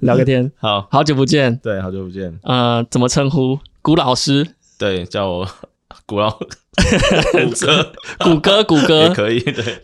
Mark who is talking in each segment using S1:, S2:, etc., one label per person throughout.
S1: 聊个天。
S2: 好，
S1: 好久不见。
S2: 对，好久不见。
S1: 怎么称呼？古老师？
S2: 对，叫我古老
S1: 谷歌
S2: 也可以。对。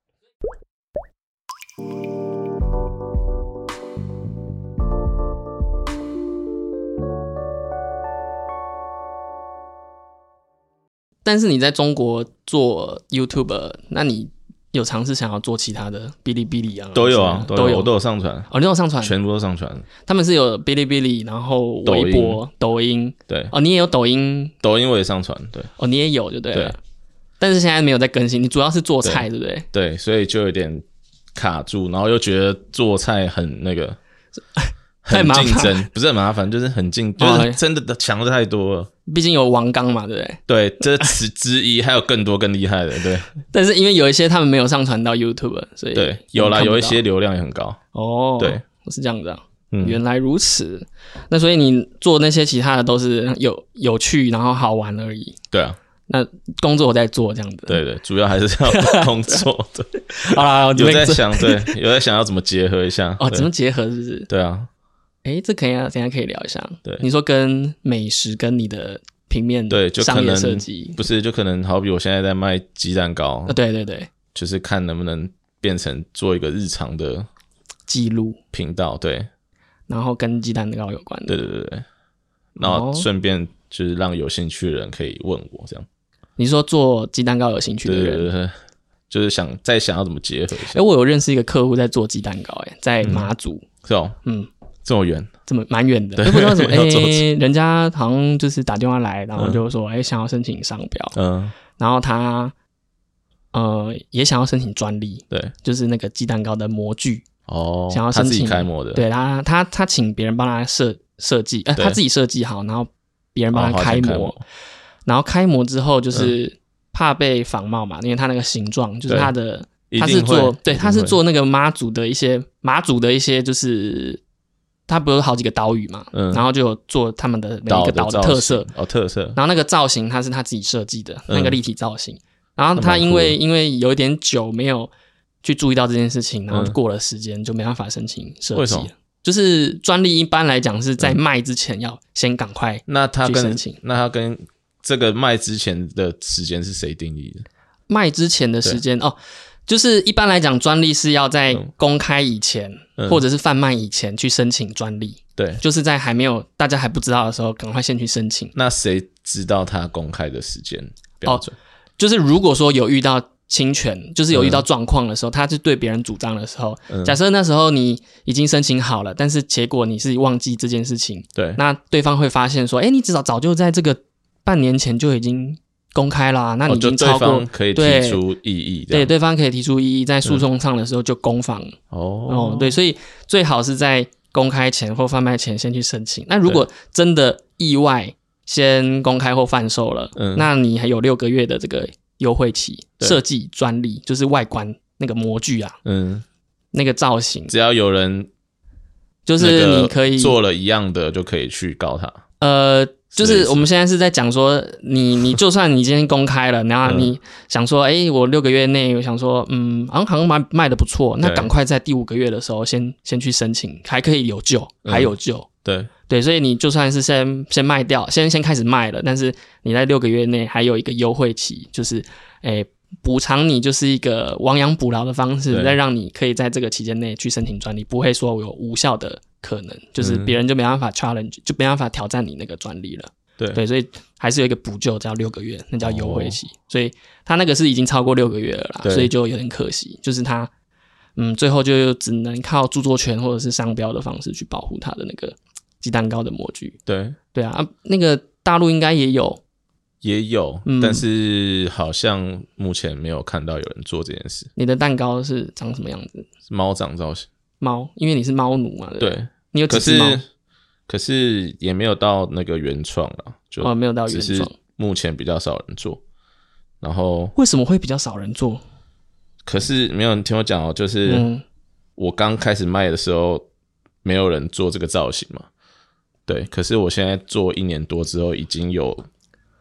S1: 但是你在中国做 YouTuber， 那你有尝试想要做其他的哔哩哔哩啊？
S2: 都有啊，都有，我都有上传。
S1: 哦，你有上传？
S2: 全部都上传。
S1: 他们是有哔哩哔哩，然后微博、抖音。
S2: 对。
S1: 哦，你也有抖音？
S2: 抖音我也上传，对。
S1: 哦，你也有就对了。
S2: 对。
S1: 但是现在没有在更新，你主要是做菜， 对不对？
S2: 对，所以就有点卡住，然后又觉得做菜很那个。很竞争，不是很麻烦，就是很就是真的强的太多了。
S1: 毕竟有王刚嘛，对不对？
S2: 对，这是之一，还有更多更厉害的，对。
S1: 但是因为有一些他们没有上传到 YouTube， 所以
S2: 对，有啦，有一些流量也很高。
S1: 哦，
S2: 对，
S1: 是这样的。原来如此。那所以你做那些其他的都是有趣，然后好玩而已。
S2: 对啊。
S1: 那工作我在做这样子。
S2: 对对，主要还是要工作。对。
S1: 好啦，
S2: 有在想，对，有在想要怎么结合一下。
S1: 哦，怎么结合是不是？
S2: 对啊。
S1: 这可以啊，等一下可以聊一下。
S2: 对，
S1: 你说跟美食跟你的平面商业设计，
S2: 不是就可能好比我现在在卖鸡蛋糕，
S1: 对对对，
S2: 就是看能不能变成做一个日常的
S1: 记录
S2: 频道，对，
S1: 然后跟鸡蛋糕有关的，
S2: 对对对对，然后顺便就是让有兴趣的人可以问我这样。
S1: 你说做鸡蛋糕有兴趣的人，
S2: 对对对，就是想要怎么结合一下。
S1: 我有认识一个客户在做鸡蛋糕，在马祖，
S2: 是哦，这么远，
S1: 这么蛮远的，不知道什么人家好像就是打电话来，然后就说想要申请商标，然后他也想要申请专利，
S2: 对，
S1: 就是那个鸡蛋糕的模具
S2: 哦，
S1: 想要申请，
S2: 他自己开模的，
S1: 对，他请别人帮他设计，他自己设计好，然后别人帮他开模，然后开模之后就是怕被仿冒嘛，因为他那个形状就是他的，他是做他是做那个马祖的一些就是他不是有好几个岛屿嘛，然后就有做他们的每一个岛的特色，然后那个造型他是他自己设计的，那个立体造型，然后他因为有一点久没有去注意到这件事情，然后过了时间就没办法申请设计了。就是专利一般来讲是在卖之前要先赶快去申请。
S2: 那他跟这个卖之前的时间是谁定义的？
S1: 卖之前的时间就是一般来讲专利是要在公开以前，或者是贩卖以前去申请专利。对，就是在大家还不知道的时候赶快先去申请。
S2: 那谁知道他公开的时间标准？
S1: 就是如果说有遇到侵权，就是有遇到状况的时候，他是对别人主张的时候，假设那时候你已经申请好了，但是结果你是忘记这件事情，对，那对方会发现说你至少早就在这个半年前就已经公开啦，那你已经超过，
S2: 对方可以提出异议，
S1: 对，对方可以提出异议，在诉讼上的时候就攻防。对，所以最好是在公开前或贩卖前先去申请。那如果真的意外先公开或贩售了，那你还有6个月的这个优惠期，设计专利就是外观那个模具啊，那个造型，
S2: 只要有人
S1: 就是你可以
S2: 做了一样的就可以去告他。
S1: 就是我们现在是在讲说，你就算你今天公开了，然后你想说，我6个月内，我想说，好像卖的不错，那赶快在第5个月的时候先去申请，还可以有救，还有救。对，所以你就算是先卖掉，先开始卖了，但是你在6个月内还有一个优惠期，就是补偿你，就是一个亡羊补牢的方式，再让你可以在这个期间内去申请专利，不会说有无效的可能，就是别人就没办法 challenge，就没办法挑战你那个专利了。对，所以还是有一个补救，叫6个月，那叫优惠期。所以他那个是已经超过6个月了啦，所以就有点可惜，就是他最后就只能靠著作权或者是商标的方式去保护他的那个鸡蛋糕的模具。对啊，那个大陆应该也有，
S2: 但是好像目前没有看到有人做这件事。
S1: 你的蛋糕是长什么样子？
S2: 是猫掌造型。
S1: 猫，因为你是猫奴嘛，对。你有几只猫？
S2: 可是也没有到那个原创啦，就
S1: 没有到原创，
S2: 只是目前比较少人做。然后
S1: 为什么会比较少人做？
S2: 可是没有人听我讲就是我刚开始卖的时候，没有人做这个造型嘛。对，可是我现在做1年多之后，已经有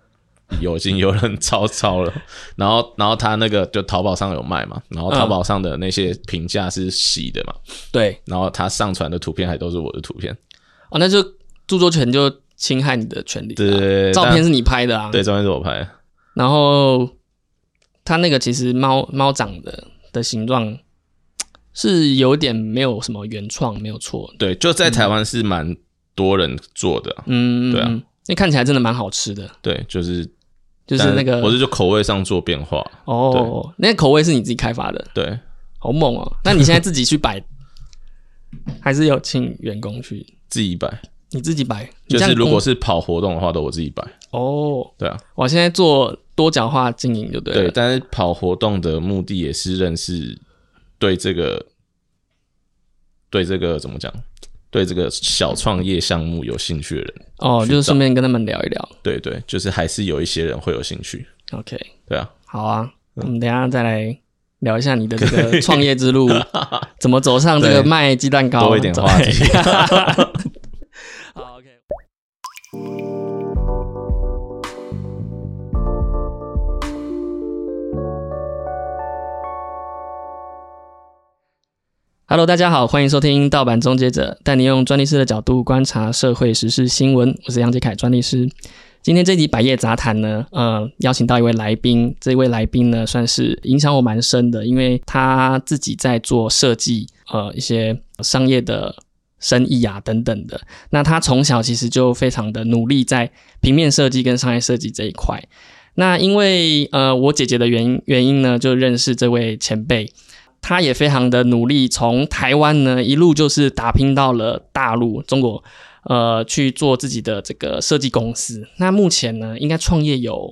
S2: 已经有人抄了，然后他那个就淘宝上有卖嘛，然后淘宝上的那些评价是洗的嘛，
S1: 对，
S2: 然后他上传的图片还都是我的图片，
S1: 哦，那就著作权就侵害你的权利，
S2: 对，
S1: 照片是你拍的啊，
S2: 对，照片是我拍的，
S1: 然后他那个其实猫长的形状是有点没有什么原创，没有错，
S2: 对，就在台湾是蛮多人做的，对啊，
S1: 因为看起来真的蛮好吃的，
S2: 对，就是
S1: 那个，
S2: 我是就口味上做变化，
S1: 哦，那个口味是你自己开发的，
S2: 对，
S1: 好猛哦！那你现在自己去摆，还是有请员工去
S2: 自己摆？
S1: 你自己摆，
S2: 就是如果是跑活动的话，都我自己摆。
S1: 哦，
S2: 对啊，
S1: 我现在做多角化经营就对了。
S2: 对，但是跑活动的目的也是认识对这个怎么讲？对这个小创业项目有兴趣的人
S1: 哦，就是顺便跟他们聊一聊。
S2: 对对，就是还是有一些人会有兴趣。
S1: OK，
S2: 对啊，
S1: 好啊，我们等一下再来聊一下你的这个创业之路，怎么走上这个卖鸡蛋糕，
S2: 多一点话题。
S1: 好 ，OK。Hello， 大家好，欢迎收听盗版终结者，带你用专利师的角度观察社会时事新闻。我是杨杰凯专利师。今天这集百业杂谈呢，邀请到一位来宾，这位来宾呢算是影响我蛮深的，因为他自己在做设计，一些商业的生意啊等等的。那他从小其实就非常的努力在平面设计跟商业设计这一块。那因为我姐姐的原因呢，就认识这位前辈。他也非常的努力，从台湾呢一路就是打拼到了大陆中国，去做自己的这个设计公司。那目前呢，应该创业有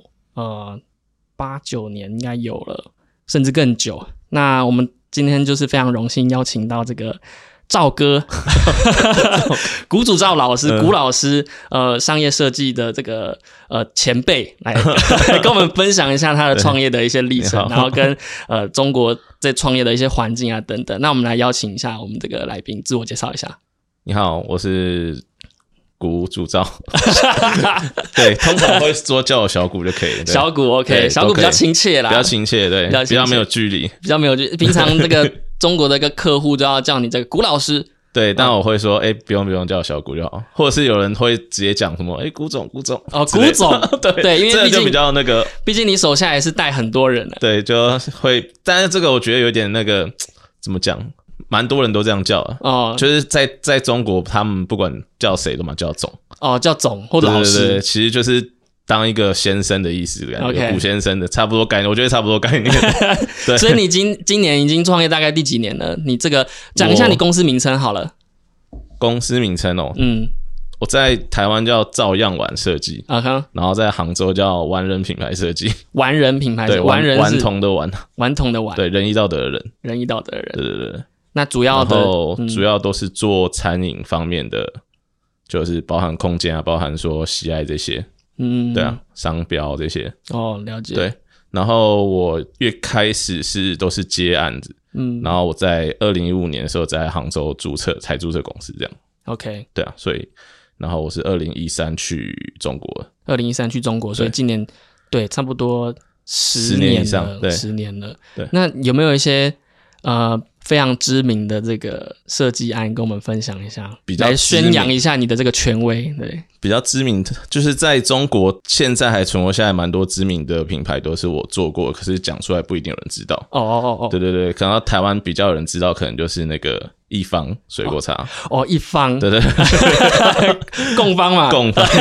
S1: 8-9年应该有了，甚至更久。那我们今天就是非常荣幸邀请到这个赵哥古主赵老师，古老师，商业设计的这个前辈来跟我们分享一下他的创业的一些历程，然后跟中国在创业的一些环境啊等等。那我们来邀请一下我们这个来宾自我介绍一下。
S2: 你好，我是古主赵，对，通常会说叫我小古就可以了。
S1: 小古 OK， 小古比较亲切啦，
S2: 比较亲切，对，比较没有距离，
S1: 比较没有距离。平常这个中国的一个客户就要叫你这个古老师。
S2: 对，但我会说，不用叫我小古就好，或者是有人会直接讲什么，古总
S1: 哦，古总，对，因为
S2: 这就比较那个，
S1: 毕竟你手下也是带很多人的，
S2: 对，就会，但是这个我觉得有点那个，怎么讲，蛮多人都这样叫啊，哦，就是在中国，他们不管叫谁都嘛叫总，
S1: 哦，叫总或者老师，
S2: 对，其实就是当一个先生的意思，感觉古先生的差不多概念，我觉得差不多概念。对，
S1: 所以你今年已经创业大概第几年了？你这个讲一下你公司名称好了。
S2: 公司名称哦，我在台湾叫照样玩设计，然后在杭州叫玩人品牌设计。
S1: 玩人品牌设计，
S2: 对，顽童的玩，
S1: 顽童的玩，
S2: 对，仁义道德的人，
S1: 仁义道德的人，
S2: 对。
S1: 那主要
S2: 都是做餐饮方面的，就是包含空间啊，包含说喜爱这些。对啊，商标这些
S1: 哦，了解。
S2: 对，然后我越开始都是接案子，然后我在2015年的时候在杭州注册公司这样。
S1: OK，
S2: 对啊，所以然后我是2013去中国了
S1: ，2013去中国，所以今年对差不多10年以上，对，10年了。对，那有没有一些非常知名的这个设计案跟我们分享一下，来宣扬一下你的这个权威？对，
S2: 比较知名的就是在中国现在还存活下来蛮多知名的品牌都是我做过，可是讲出来不一定有人知道。哦，对，可能台湾比较有人知道，可能就是那个一方水果茶。
S1: 哦，一方，
S2: 对，
S1: 共方嘛，
S2: 共方。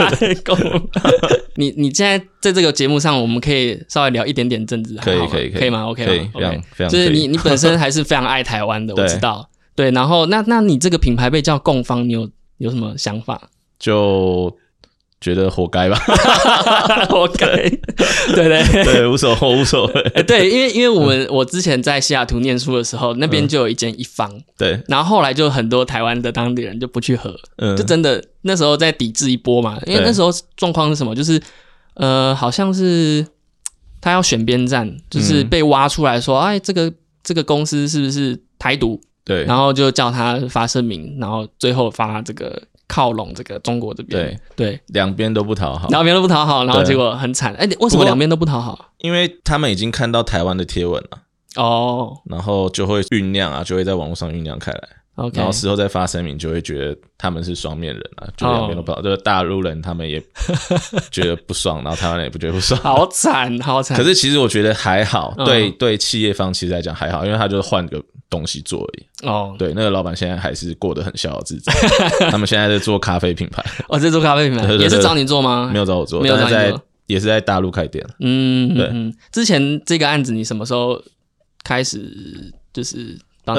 S1: 你现在在这个节目上，我们可以稍微聊一点点政治，
S2: 可以吗
S1: ？OK，
S2: 可以，非常
S1: 就是你本身还是非常爱台湾的，我知道。对，然后那你这个品牌被叫共方，你有什么想法？
S2: 就觉得活该吧，
S1: 活该，对，
S2: 无所谓。
S1: 对，因为我之前在西雅图念书的时候，那边就有一间一方，
S2: 对，
S1: 然后后来就很多台湾的当地人就不去喝，就真的那时候在抵制一波嘛，因为那时候状况是什么，就是好像是他要选边站，就是被挖出来说，哎，这个公司是不是台独？
S2: 对，
S1: 然后就叫他发声明，然后最后发这个靠拢这个中国这边，对，
S2: 两边都不讨好，
S1: 然后结果很惨。为什么两边都不讨好？
S2: 因为他们已经看到台湾的贴文了，然后就会酝酿啊，就会在网络上酝酿开来。
S1: Okay.
S2: 然后事后再发声明，就会觉得他们是双面人啊，就两边都不好，就是大陆人他们也觉得不爽，然后台湾人也不觉得不爽，
S1: 好惨。可
S2: 是其实我觉得还好，对企业方其实来讲还好，因为他就是换个东西做而已。对，那个老板现在还是过得很逍遥自在。他们现在在做咖啡品牌。
S1: 在做咖啡品牌，也是找你做吗？
S2: 没有找我做，但是也是在大陆开店。
S1: 对。之前这个案子你什么时候开始就是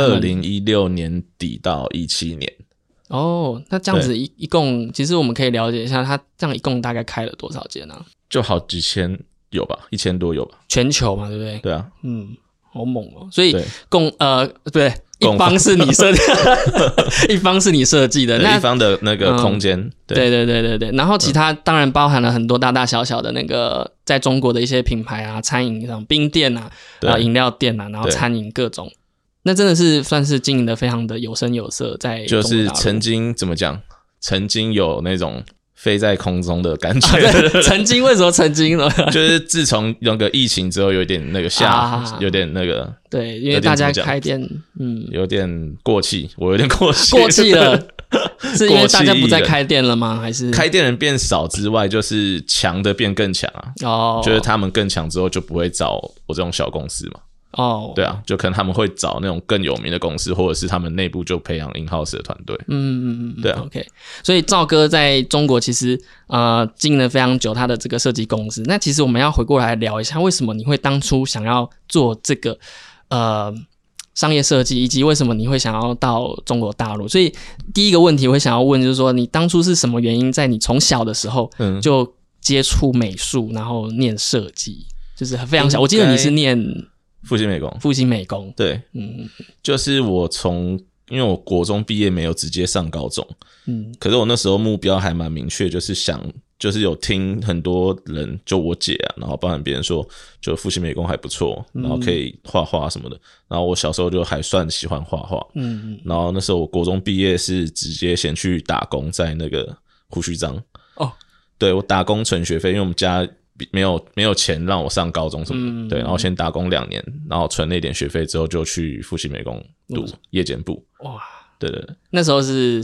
S2: ？2016年底到17年。
S1: 那这样子一共，其实我们可以了解一下，他这样一共大概开了多少间啊？
S2: 就好几千有吧，1000多有吧。
S1: 全球嘛，对不对？
S2: 对啊。
S1: 好猛哦！所以对，一方是你设计，一方是你设计的，
S2: 那一方的那个空间。
S1: 对。然后其他当然包含了很多大大小小的那个在中国的一些品牌啊，餐饮像冰店啊，饮料店啊，然后餐饮各种。那真的是算是经营的非常的有声有色，在
S2: 就是曾经怎么讲，曾经有那种飞在空中的感觉。
S1: 曾经为什么曾经呢？
S2: 就是自从那个疫情之后，有点那个有点那个。
S1: 对，因为大家开店，
S2: 有点过气，我有点过
S1: 气了。是因为大家不再开店了吗？还是
S2: 开店人变少之外，就是强的变更强啊？就是他们更强之后，就不会找我这种小公司嘛。对啊，就可能他们会找那种更有名的公司，或者是他们内部就培养 in-house 的团队。对啊。
S1: OK， 所以赵哥在中国其实经营了非常久他的这个设计公司。那其实我们要回过来聊一下，为什么你会当初想要做这个商业设计，以及为什么你会想要到中国大陆？所以第一个问题我会想要问，就是说你当初是什么原因，在你从小的时候就接触美术，然后念设计，就是非常小。我记得你是念
S2: 复兴美工。对。就是因为我国中毕业没有直接上高中。可是我那时候目标还蛮明确，就是有听很多人，就我姐啊，然后包含别人说，就复兴美工还不错，然后可以画画什么的。然后我小时候就还算喜欢画画。然后那时候我国中毕业是直接先去打工，在那个胡须章。对，我打工存学费，因为我们家没有钱让我上高中什么的。对，然后先打工2年，然后存了一点学费之后，就去复兴美工读夜间部。哇，对，
S1: 那时候是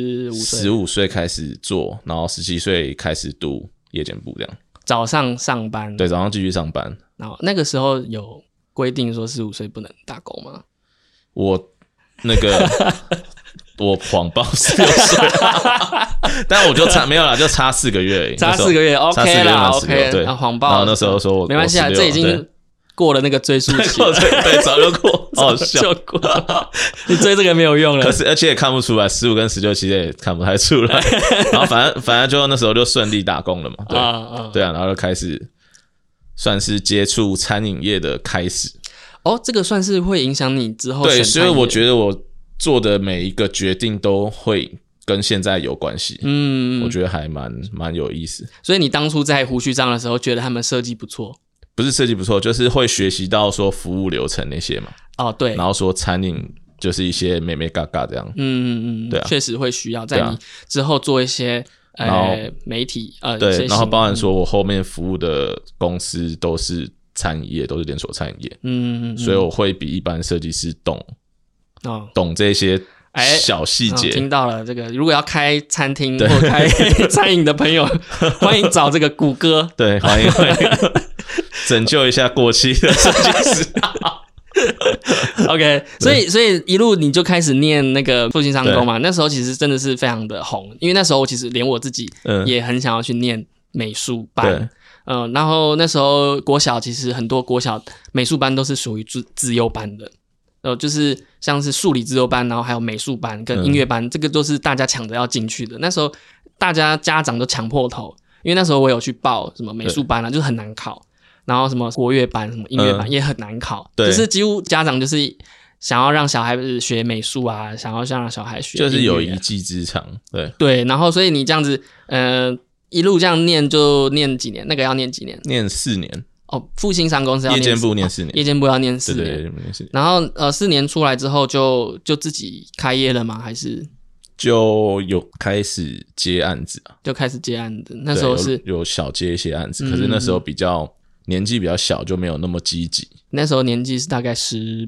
S1: 15
S2: 岁开始做，然后17岁开始读夜间部，这样。
S1: 早上上班。
S2: 对，早上继续上班。
S1: 然后那个时候有规定说15岁不能打工吗？
S2: 我谎报16岁，但我就没有啦，就差4个月而已。
S1: 差4个月 ，OK 啦 ，OK。
S2: 对，
S1: 谎报。
S2: 然后那时候说我
S1: 没关系啊，这已经过了那个追溯期。
S2: 对，早就过，
S1: 早就过。你追这个没有用了。
S2: 可是而且也看不出来，15跟16其实也看不太出来。然后反正就那时候就顺利打工了嘛。对啊，然后就开始算是接触餐饮业的开始。
S1: 这个算是会影响你之后。
S2: 对，所以我觉得我做的每一个决定都会跟现在有关系。我觉得还蛮有意思。
S1: 所以你当初在胡须章的时候，觉得他们设计不错？
S2: 不是设计不错，就是会学习到说服务流程那些嘛。
S1: 对。
S2: 然后说餐饮就是一些美美嘎嘎这样。对啊，
S1: 确实会需要在你之后做一些媒体
S2: 对，然后包含说我后面服务的公司都是餐饮业，都是连锁餐饮业。所以我会比一般设计师懂这些小细节。
S1: 听到了，这个如果要开餐厅或开餐饮的朋友，欢迎找这个谷歌。
S2: 对，欢迎拯救一下过气的设计师。
S1: OK， 所以一路你就开始念那个复兴商工嘛。那时候其实真的是非常的红，因为那时候其实连我自己也很想要去念美术班。然后那时候国小其实很多国小美术班都是属于资优班的。就是像是数理资优班，然后还有美术班跟音乐班，这个都是大家抢着要进去的。那时候大家长都抢破头，因为那时候我有去报什么美术班就是很难考，然后什么国乐班、什么音乐班也很难考，就是几乎家长就是想要让小孩子学美术啊，想要让小孩学音乐，
S2: 就是有一技之长。
S1: 对，然后所以你这样子一路这样念就念几年？那个要念几年？
S2: 念4年。
S1: 复兴商工是要
S2: 念夜间部念4年，
S3: 夜间部要念
S1: 4年。对，然后4年出来之后就自己开业了吗？还是
S2: 就有开始接案子啊，
S1: 就开始接案子。那时候是
S2: 有小接一些案子，可是那时候年纪比较小，就没有那么积极。
S1: 那时候年纪是大概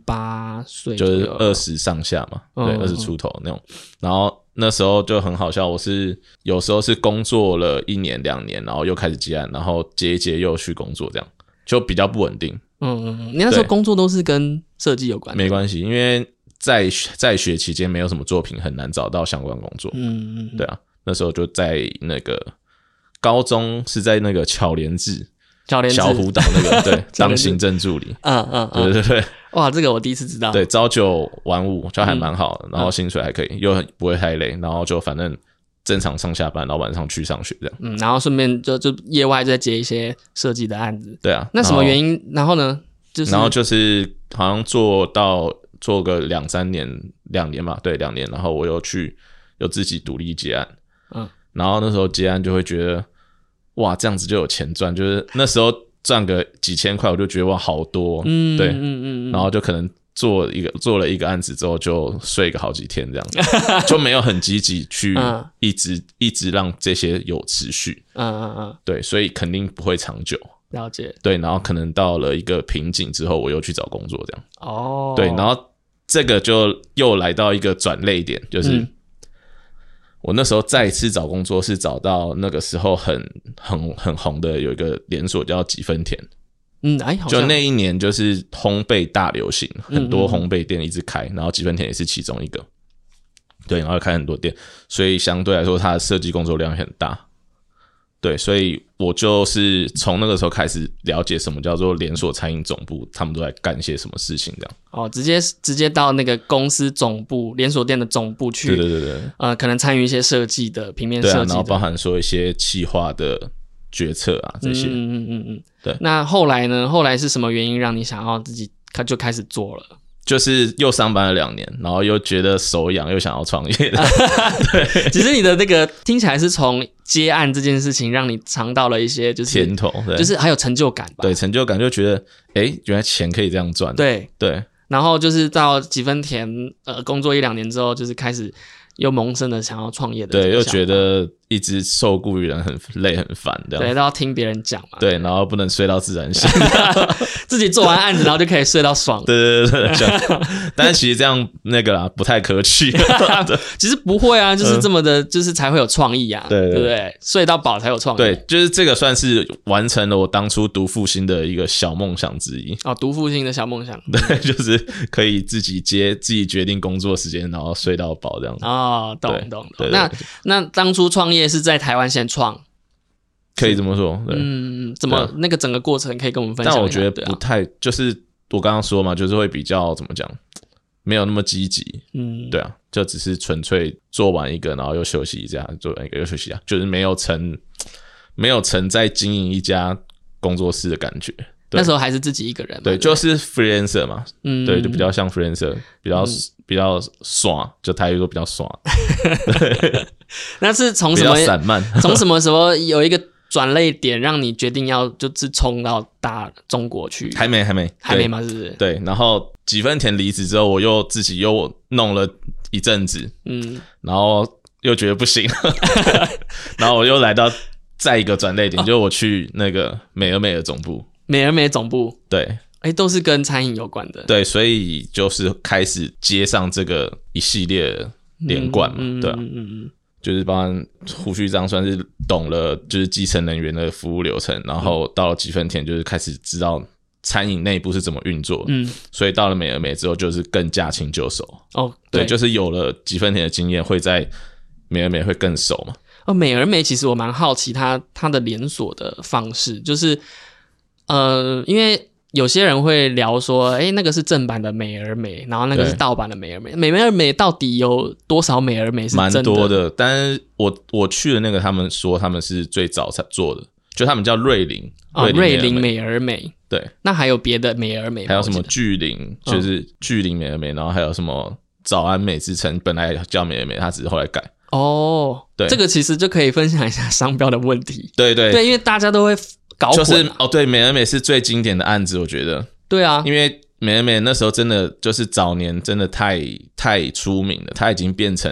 S1: 18岁，
S2: 就是20上下嘛，对，20出头那种。然后那时候就很好笑，我是有时候是工作了1年2年，然后又开始接案，然后接一接又去工作，这样就比较不稳定。
S1: 你那时候工作都是跟设计有关的？
S2: 没关系，因为在学期间没有什么作品，很难找到相关工作。对啊，那时候就在那个高中是在那个巧莲智小湖岛那个对当行政助理。对，
S1: 哇，这个我第一次知道。
S2: 对，朝9晚5就还蛮好的，然后薪水还可以，又不会太累，然后就反正正常上下班，然后晚上去上学这样。然
S1: 后顺便就夜外再接一些设计的案子。
S2: 对啊，
S1: 那什么原因？然后呢？
S2: 然后就是好像做个2-3年，2年嘛，对，2年，然后我又自己独立接案。然后那时候接案就会觉得，哇，这样子就有钱赚，就是那时候赚个几千块，我就觉得哇，好多。对，然后就可能做了一个案子之后，就睡个好几天这样子，就没有很积极去一直让这些有持续。对，所以肯定不会长久。
S1: 了解。
S2: 对，然后可能到了一个瓶颈之后，我又去找工作这样。对，然后这个就又来到一个转捩点，就是我那时候再一次找工作是找到那个时候很红的有一个连锁叫几分甜。就那一年就是烘焙大流行，很多烘焙店一直开，然后几分甜也是其中一个。对，然后开很多店，所以相对来说它的设计工作量很大。对，所以我就是从那个时候开始了解什么叫做连锁餐饮总部，他们都在干些什么事情这样。
S1: 直接到那个公司总部连锁店的总部去。对，可能参与一些设计的平面设计的。对啊，
S2: 然后包含说一些企划的决策啊这些。对。
S1: 那后来呢？后来是什么原因让你想要自己就开始做了？
S2: 就是又上班了2年，然后又觉得手痒，又想要创业的。
S1: 对，其实你的那个听起来是从接案这件事情让你尝到了一些就是
S2: 甜头，
S1: 就是还有成就感吧。
S2: 对，成就感就觉得原来钱可以这样赚。对。
S1: 然后就是到几分甜工作1-2年之后，就是开始又萌生了想要创业的。
S2: 对，又觉得一直受雇于人很累很烦这样。
S1: 对，都要听别人讲嘛。
S2: 对，然后不能睡到自然醒。
S1: 自己做完案子然后就可以睡到爽。
S2: 对，但是其实这样那个啦不太可取。
S1: 其实不会啊，就是这么的就是才会有创意啊。对不对？睡到饱才有创意。
S2: 对，就是这个算是完成了我当初读复兴的一个小梦想之一。
S1: 读复兴的小梦想。
S2: 对，就是可以自己决定工作时间，然后睡到饱这样子。
S1: 懂。那当初创业是在台湾先创，
S2: 可以这么说。对，
S1: 怎么那个整个过程可以跟我们分享一下？
S2: 但我觉得不太，就是我刚刚说嘛，就是会比较怎么讲，没有那么积极。对啊，就只是纯粹做完一个，然后又休息一下，做完一个又休息一下，就是没有成在经营一家工作室的感觉。
S1: 那时候还是自己一个人嘛。
S2: 对，就是 freelancer 嘛。对，就比较像 freelancer，比较爽，就台语说比较爽。
S1: 那是从什么
S2: 比较散漫？
S1: 从什么有一个转捩点让你决定要就是冲到大中国去？
S2: 还没
S1: 吗？是不是？
S2: 对，然后几分甜离职之后，我自己又弄了一阵子，然后又觉得不行，然后我又来到再一个转捩点，就我去那个美而美的总部。
S1: 美而美总部。对。都是跟餐饮有关的。对，
S2: 所以就是开始接上这个一系列连贯嘛。对啊。就是包含胡须章算是懂了就是基层人员的服务流程，然后到了几分甜就是开始知道餐饮内部是怎么运作。所以到了美而美之后就是更驾轻就熟。对，就是有了几分甜的经验，会在美而美会更熟嘛。
S1: 美而美其实我蛮好奇它的连锁的方式，就是因为有些人会聊说那个是正版的美而美，然后那个是盗版的美而美。美而美到底有多少美而美是真的？蛮
S2: 多的，但是我去的那个他们说他们是最早才做的，就他们叫瑞麟。
S1: 瑞麟美而美。
S2: 对。
S1: 那还有别的美而美？
S2: 还有什么巨麟，就是巨麟美而美，然后还有什么早安美之城，本来叫美而美，它只是后来改。对，
S1: 这个其实就可以分享一下商标的问题。
S2: 对，
S1: 因为大家都会搞混。
S2: 就是对，美而美是最经典的案子，我觉得。
S1: 对啊，
S2: 因为美而美那时候真的就是早年真的太出名了，它已经变成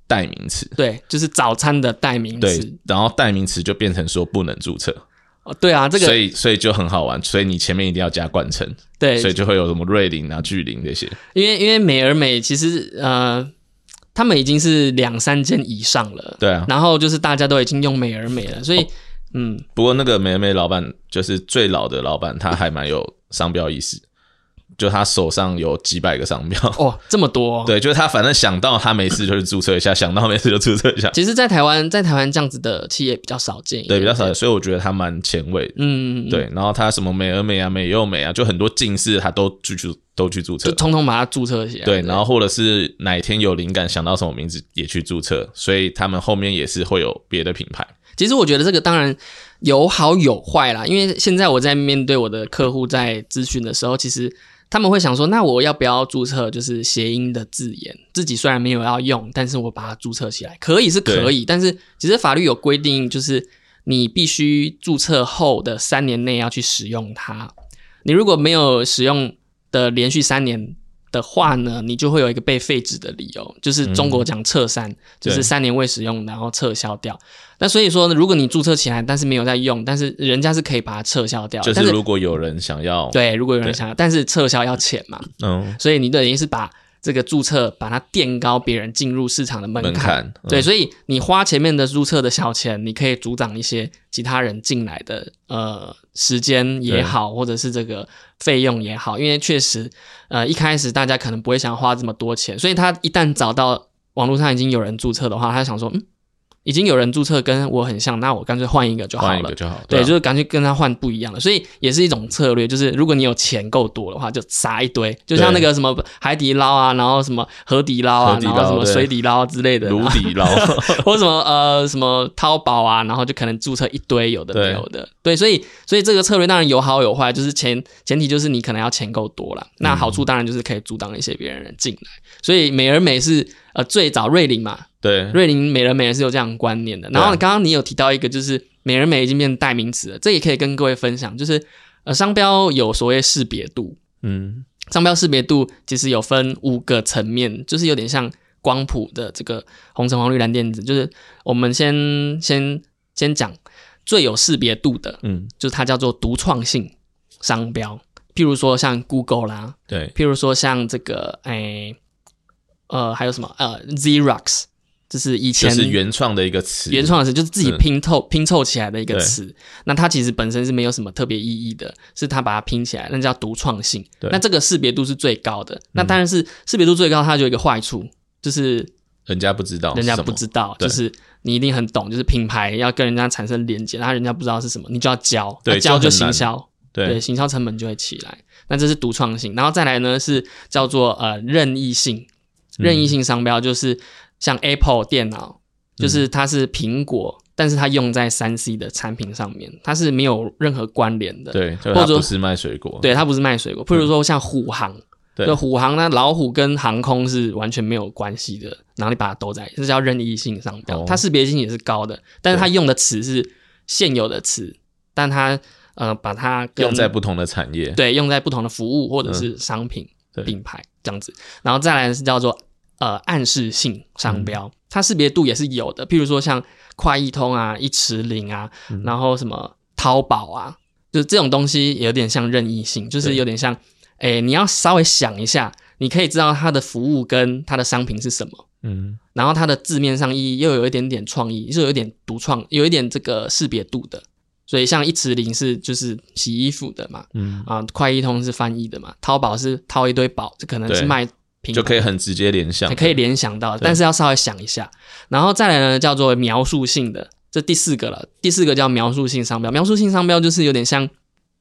S2: 代名词，
S1: 对，就是早餐的代名词，
S2: 对，然后代名词就变成说不能注册。
S1: 对啊，这个
S2: 所以就很好玩，所以你前面一定要加冠称，
S1: 对，
S2: 所以就会有什么瑞麟啊、巨麟这些。
S1: 因为美而美其实他们已经是2-3间以上了，
S2: 对啊，
S1: 然后就是大家都已经用美而美了，所以
S2: 不过那个美而美老板就是最老的老板，他还蛮有商标意识。就他手上有几百个商标
S1: 哦，这么多。
S2: 对，就是他反正想到他没事就去注册一下，想到没事就注册一下。
S1: 其实在台湾这样子的企业比较少见，
S2: 对，比较少见，所以我觉得他蛮前卫的。对，然后他什么美而美啊、美又美啊，就很多近似他都去注册，
S1: 就通通把它注册起来。
S2: 对，然后或者是哪一天有灵感想到什么名字也去注册，所以他们后面也是会有别的品牌。
S1: 其实我觉得这个当然有好有坏啦，因为现在我在面对我的客户在咨询的时候，其实他们会想说，那我要不要注册就是谐音的字眼？自己虽然没有要用，但是我把它注册起来，可以是可以，但是其实法律有规定，就是你必须注册后的3年内要去使用它。你如果没有使用的连续3年的话呢，你就会有一个被废止的理由，就是中国讲撤删，就是3年未使用然后撤销掉。那所以说如果你注册起来但是没有在用，但是人家是可以把它撤销掉，
S2: 就是如果有人想要，
S1: 对，如果有人想要，但是撤销要钱嘛，所以你等于是把这个注册把它垫高别人进入市场的门槛，对，所以你花前面的注册的小钱，你可以阻挡一些其他人进来的时间也好，或者是这个费用也好，因为确实一开始大家可能不会想花这么多钱，所以他一旦找到网络上已经有人注册的话，他想说已经有人注册跟我很像，那我干脆换一个就好了。换一个就好，对，就是干脆跟他换不一样的，所以也是一种策略。就是如果你有钱够多的话，就撒一堆，就像那个什么海底捞啊，然后什么河底捞啊，然后什么水底捞之类的，
S2: 卤底捞，
S1: 或者什么淘宝啊，然后就可能注册一堆有的没有的。对，所以这个策略当然有好有坏，就是前提就是你可能要钱够多啦。那好处当然就是可以阻挡一些别人进来。所以美而美是最早瑞麟嘛。对，瑞麟美而美是有这样的观念的。然后刚刚你有提到一个，就是美而美已经变成代名词了，这也可以跟各位分享，就是商标有所谓识别度，商标识别度其实有分5个层面，就是有点像光谱的这个红橙黄绿蓝靛紫，就是我们先讲最有识别度的，就是它叫做独创性商标，譬如说像 Google 啦，对，譬如说像这个还有什么Xerox。就是以前
S2: 就是原创的一个词，
S1: 原创的词就是自己拼凑起来的一个词。那它其实本身是没有什么特别意义的，是它把它拼起来，那叫独创性。那这个识别度是最高的。那当然是识别度最高，它就有一个坏处，就是
S2: 人家不知道，
S1: 就是你一定很懂，就是品牌要跟人家产生连结，然后人家不知道是什么，你就要教，那教就行销，对，行销成本就会起来。那这是独创性，然后再来呢是叫做任意性商标，就是像 Apple 电脑，就是它是苹果，但是它用在 3C 的产品上面，它是没有任何关联的。
S2: 对，或者它不是卖水果。
S1: 对，它不是卖水果。譬如说像虎航，就虎航呢，老虎跟航空是完全没有关系的，然后你把它都在，这叫任意性商标，它识别性也是高的，但是它用的词是现有的词，但它把它
S2: 用在不同的产业，
S1: 对，用在不同的服务或者是商品品牌这样子，然后再来是叫做暗示性商标，它识别度也是有的，譬如说像快易通啊、一池麟啊，然后什么淘宝啊，就是这种东西有点像任意性，就是有点像你要稍微想一下，你可以知道它的服务跟它的商品是什么，然后它的字面上意义又有一点点创意，就有一点独创，有一点这个识别度的。所以像一池麟是就是洗衣服的嘛，快易通是翻译的嘛，淘宝是淘一堆宝，这可能是卖
S2: 就可以很直接联想，
S1: 可以联想到，但是要稍微想一下。然后再来呢，叫做描述性的，这第4个了。第4个叫描述性商标。描述性商标就是有点像，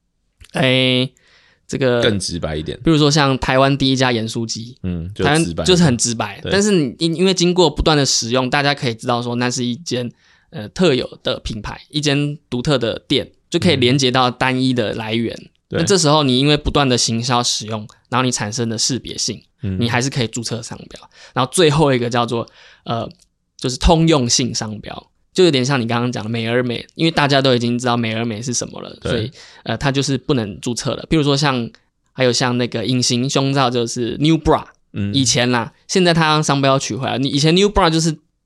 S1: 这个
S2: 更直白一点。
S1: 比如说像台湾第一家盐酥鸡，台湾就是很直白。但是你因为经过不断的使用，大家可以知道说那是一间特有的品牌，一间独特的店，就可以连接到单一的来源。那这时候你因为不断的行销使用，然后你产生的识别性，你还是可以注册商标。然后最后一个叫做就是通用性商标，就有点像你刚刚讲的美而美，因为大家都已经知道美而美是什么了，所以它就是不能注册了。譬如说还有像那个隐形胸罩，就是 New Bra，以前啦，现在它商标取回来，你以前 New Bra 就是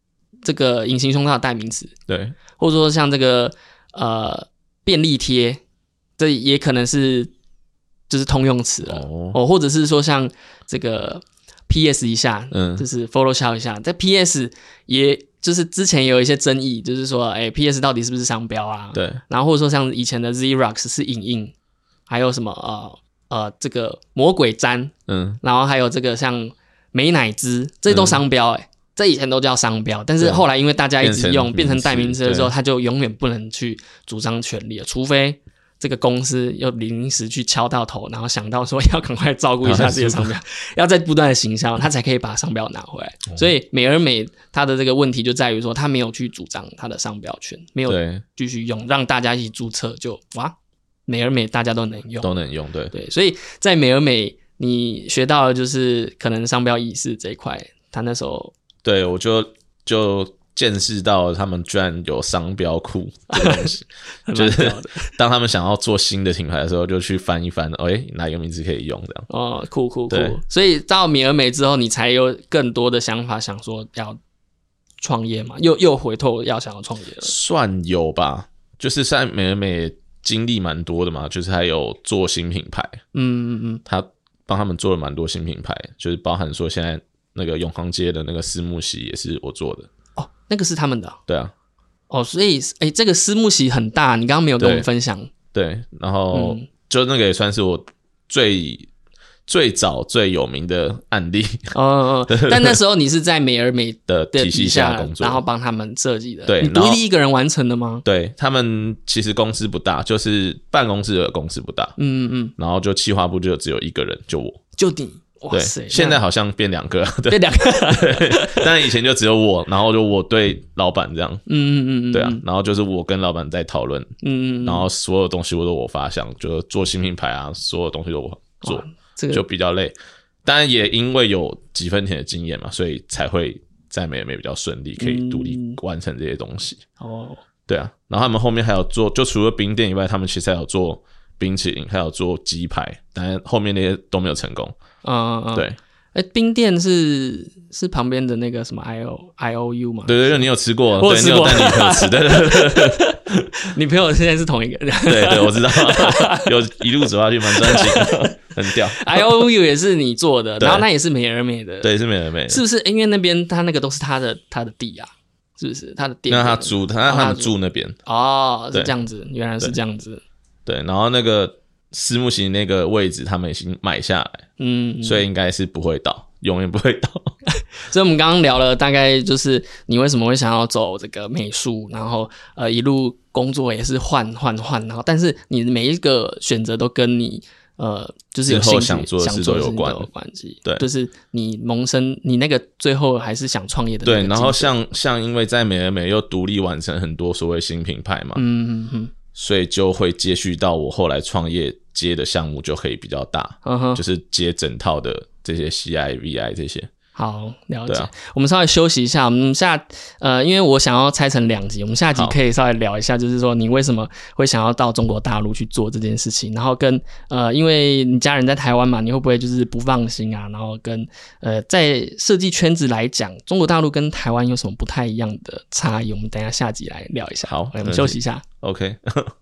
S1: 这个隐形胸罩的代名词，
S2: 对，
S1: 或者说像这个便利贴，这也可能是就是通用词了或者是说像这个 PS 一下，就是 Photoshop 一下，在 PS 也就是之前也有一些争议，就是说PS 到底是不是商标啊？
S2: 对，
S1: 然后或者说像以前的 Xerox 是影印，还有什么这个魔鬼毡，然后还有这个像美乃滋，这都商标这以前都叫商标，但是后来因为大家一直用变成代名词的时候，它就永远不能去主张权利了，除非这个公司又临时去敲到头，然后想到说要赶快照顾一下这些商标，要再不断的行销，他才可以把商标拿回来。所以美而美它的这个问题就在于说，他没有去主张它的商标权，没有继续用，让大家一起注册，就哇，美而美大家都能用，对，所以在美而美你学到的就是可能商标意识这一块，他那时候
S2: 对我就见识到他们居然有商标库这个东西，就是当他们想要做新的品牌的时候，就去翻一翻，哪个名字可以用这样。
S1: 酷。所以到美而美之后，你才有更多的想法，想说要创业嘛，又回头要想要创业了。
S2: 算有吧，就是在美而美经历蛮多的嘛，就是还有做新品牌，他帮他们做了蛮多新品牌，就是包含说现在那个永康街的那个丝木席也是我做的。
S1: 那个是他们的。
S2: 对啊。
S1: 所以这个丝木席很大，你刚刚没有跟我们分享。
S2: 对，然后就那个也算是我最早最有名的案例。
S1: 但那时候你是在美而美
S2: 的体系下工作，
S1: 然后帮他们设计的。
S2: 对，
S1: 你独立一个人完成的吗？
S2: 对，他们其实公司不大，就是办公室的公司不大。然后就企划部就只有一个人，就我，
S1: 就你。
S2: 对，现在好像变2个，
S1: 变2个，
S2: 但以前就只有我，然后就我对老板这样，对啊，然后就是我跟老板在讨论，然后所有东西我都我发想，就做新品牌啊，所有东西都我做，就比较累，当然也因为有几分钱的经验嘛，所以才会在美而美比较顺利，可以独立完成这些东西。对啊，然后他们后面还有做，就除了冰店以外，他们其实还有做冰淇淋，还有做鸡排，当然后面那些都没有成功。对，
S1: 冰店是旁边的那个什么 IOU 嘛？
S2: 对，你有吃过？对，你有带女朋友吃的。
S1: 女朋友现在是同一个人。
S2: 对，我知道，有一路走下去蛮专情的，很屌。
S1: IOU 也是你做的，然后那也是美而美的。
S2: 对，是美而美的。
S1: 是不是？因为那边他那个都是他的地啊，是不是？他的店。
S2: 那他租，他们住那边。
S1: 是这样子，原来是这样子。
S2: 对，然后那个丝木席那个位置他们已经买下来，所以应该是不会倒，永远不会倒。
S1: 所以我们刚刚聊了大概就是你为什么会想要走这个美术，然后一路工作也是换，然后但是你每一个选择都跟你就是有兴趣
S2: 想做的事都有关
S1: 系。
S2: 对，
S1: 就是你萌生你那个最后还是想创业的那个。
S2: 对，然后像因为在美而美又独立完成很多所谓新品牌嘛，所以就会接续到我后来创业接的项目就可以比较大，就是接整套的这些 CI、VI 这些。
S1: 好，了解。我们稍微休息一下，我们因为我想要拆成2集，我们下集可以稍微聊一下，就是说你为什么会想要到中国大陆去做这件事情，然后跟因为你家人在台湾嘛，你会不会就是不放心啊？然后跟在设计圈子来讲，中国大陆跟台湾有什么不太一样的差异？我们等一下下集来聊一下。
S2: 好，
S1: 我们休息一下。
S2: OK 。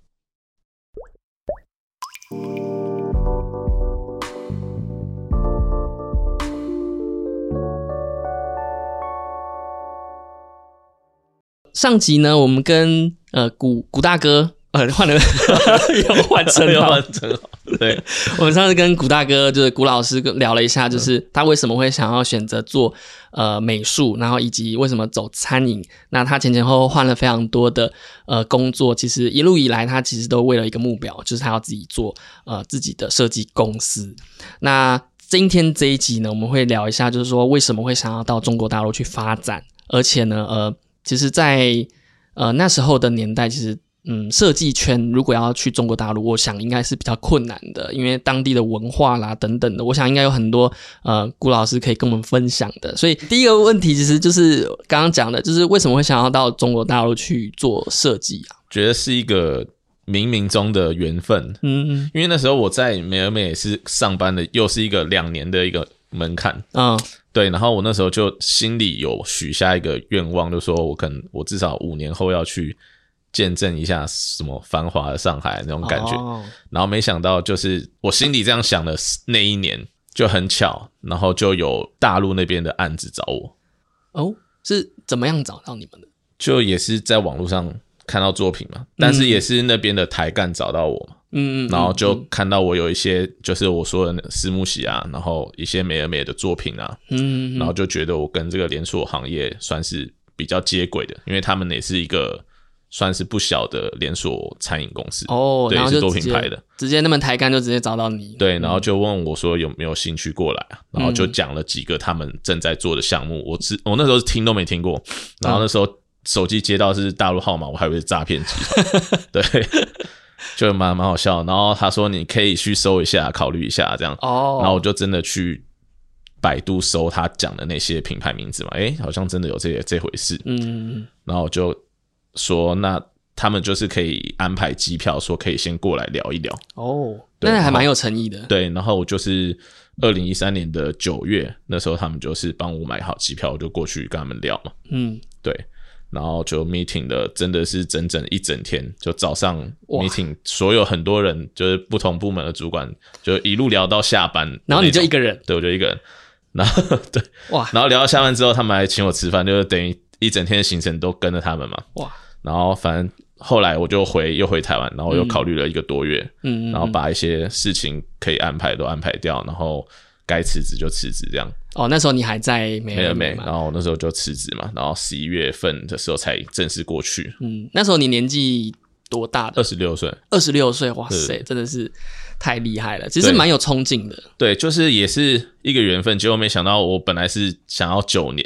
S1: 上集呢，我们跟古大哥换了又换称号，
S2: 对，
S1: 我们上次跟古大哥就是古老师聊了一下，就是他为什么会想要选择做美术，然后以及为什么走餐饮。那他前后换了非常多的工作，其实一路以来他其实都为了一个目标，就是他要自己做自己的设计公司。那今天这一集呢，我们会聊一下，就是说为什么会想要到中国大陆去发展，而且呢其实在那时候的年代，其实设计圈如果要去中国大陆，我想应该是比较困难的，因为当地的文化啦等等的，我想应该有很多顾老师可以跟我们分享的。所以第一个问题其实就是刚刚讲的，就是为什么会想要到中国大陆去做设计啊？
S2: 觉得是一个冥冥中的缘分。因为那时候我在美而美也是上班的，又是一个2年的一个门槛。 对，然后我那时候就心里有许下一个愿望，就说我至少5年后要去见证一下什么繁华的上海那种感觉。然后没想到就是我心里这样想的那一年就很巧，然后就有大陆那边的案子找我。
S1: 哦，是怎么样找到你们的？
S2: 就也是在网络上看到作品嘛，但是也是那边的台干找到我嘛。然后就看到我有一些就是我说的私募喜啊，然后一些美而美的作品啊，然后就觉得我跟这个连锁行业算是比较接轨的，因为他们也是一个算是不小的连锁餐饮公司对，
S1: 然后就是
S2: 多品牌的，
S1: 直接那么台干就直接找到你，
S2: 对，然后就问我说有没有兴趣过来啊，然后就讲了几个他们正在做的项目，我那时候听都没听过，然后那时候手机接到是大陆号码，我还以为是诈骗集团，对。就蛮好笑，然后他说你可以去搜一下，考虑一下这样。然后我就真的去百度搜他讲的那些品牌名字嘛，好像真的有这回事。然后我就说那他们就是可以安排机票，说可以先过来聊一聊。
S1: 那还蛮有诚意的。
S2: 对，然后我就是2013年的9月，那时候他们就是帮我买好机票，我就过去跟他们聊嘛。对。然后就 meeting 了，真的是整整一整天，就早上 meeting， 所有很多人就是不同部门的主管，就一路聊到下班。
S1: 然后你就一个人？
S2: 对，我就一个人。然后对，哇！然后聊到下班之后，他们还请我吃饭，就是等于一整天的行程都跟着他们嘛。哇！然后反正后来我就又回台湾，然后又考虑了1个多月，然后把一些事情可以安排都安排掉，然后该辞职就辞职这样。
S1: 那时候你还在美而美
S2: 然后那时候就辞职嘛，然后11月份的时候才正式过去。
S1: 那时候你年纪多大的
S2: ？26岁。
S1: 26岁，哇塞，真的是太厉害了，其实蛮有冲劲的。
S2: 对，就是也是一个缘分，结果没想到我本来是想要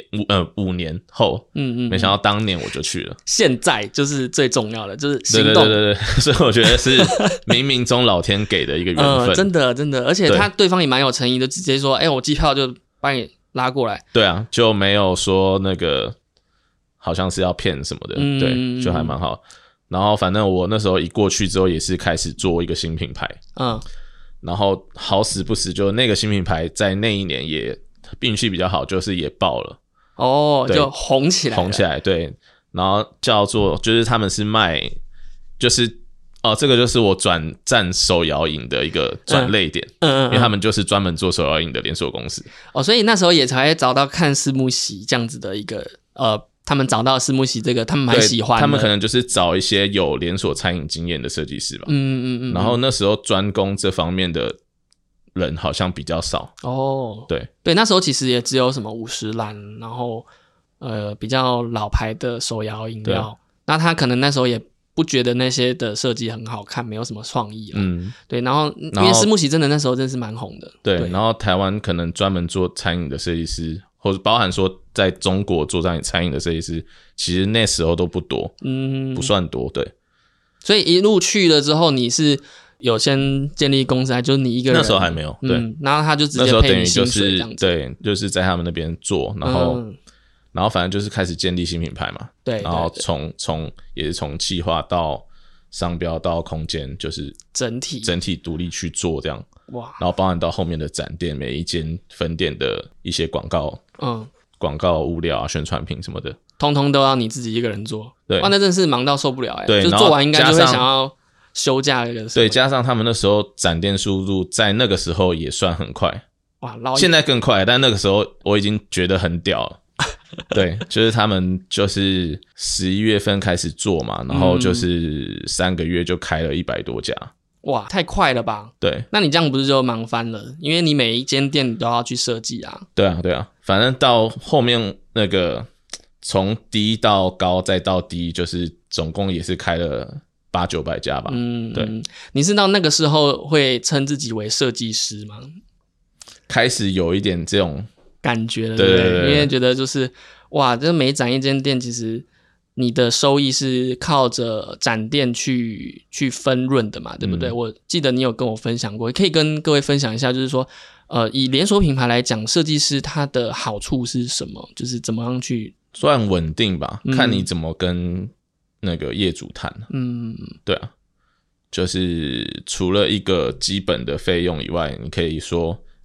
S2: 5年后，没想到当年我就去了。
S1: 现在就是最重要的，就是行动。
S2: 对，所以我觉得是冥冥中老天给的一个缘分。
S1: 真的，而且对方也蛮有诚意的，直接说，我机票就把你拉过来。
S2: 对啊，就没有说那个好像是要骗什么的，对，就还蛮好。然后反正我那时候一过去之后也是开始做一个新品牌，然后好死不死就那个新品牌在那一年也运气比较好，就是也爆了，
S1: 就红起来，
S2: 对。然后叫做就是他们是卖就是这个就是我转战手摇饮的一个转类点，因为他们就是专门做手摇饮的连锁公司。
S1: 所以那时候也才找到看私募喜这样子的一个他们找到私募喜这个他们蛮喜欢的，
S2: 他们可能就是找一些有连锁餐饮经验的设计师吧。然后那时候专攻这方面的人好像比较少。对，
S1: 那时候其实也只有什么50兰，然后比较老牌的手摇饮料，那他可能那时候也不觉得那些的设计很好看，没有什么创意啦。对，然后因为私募喜真的那时候真是蛮红的。
S2: 对，然后台湾可能专门做餐饮的设计师，或者包含说在中国做餐饮的设计师，其实那时候都不多，不算多。对，
S1: 所以一路去了之后，你是有先建立公司，还就是你一个人？
S2: 那时候还没有，对，
S1: 然后他就直接配你薪水这样子。
S2: 对，就是在他们那边做，然后反正就是开始建立新品牌嘛，
S1: 对，
S2: 然后也是从企划到商标到空间，就是整体独立去做这样。哇！然后包含到后面的展店，每一间分店的一些广告物料啊、宣传品什么的，
S1: 通通都要你自己一个人做。对，哇，那真是忙到受不了
S2: 对，
S1: 就做完应该就会想要休假的。
S2: 对，加上他们那时候展店速度在那个时候也算很快。哇，现在更快，但那个时候我已经觉得很屌了。对，就是他们就是11月份开始做嘛，然后就是3个月就开了100多家。
S1: 哇，太快了吧？对，那你这样不是就忙翻了？因为你每一间店你都要去设计啊。对
S2: 啊，反正到后面那个从低到高再到低，就是总共也是开了800-900家吧。对。
S1: 你是到那个时候会称自己为设计师吗？
S2: 开始有一点这种
S1: 感觉了，对不对？因为觉得就是哇，这每展一间店，其实你的收益是靠着展店去分润的嘛，对不对？我记得你有跟我分享过，可以跟各位分享一下，就是说，以连锁品牌来讲，设计师他的好处是什么？就是怎么样去
S2: 算稳定吧，看你怎么跟那个业主谈。对啊，就是除了一个基本的费用以外，你可以说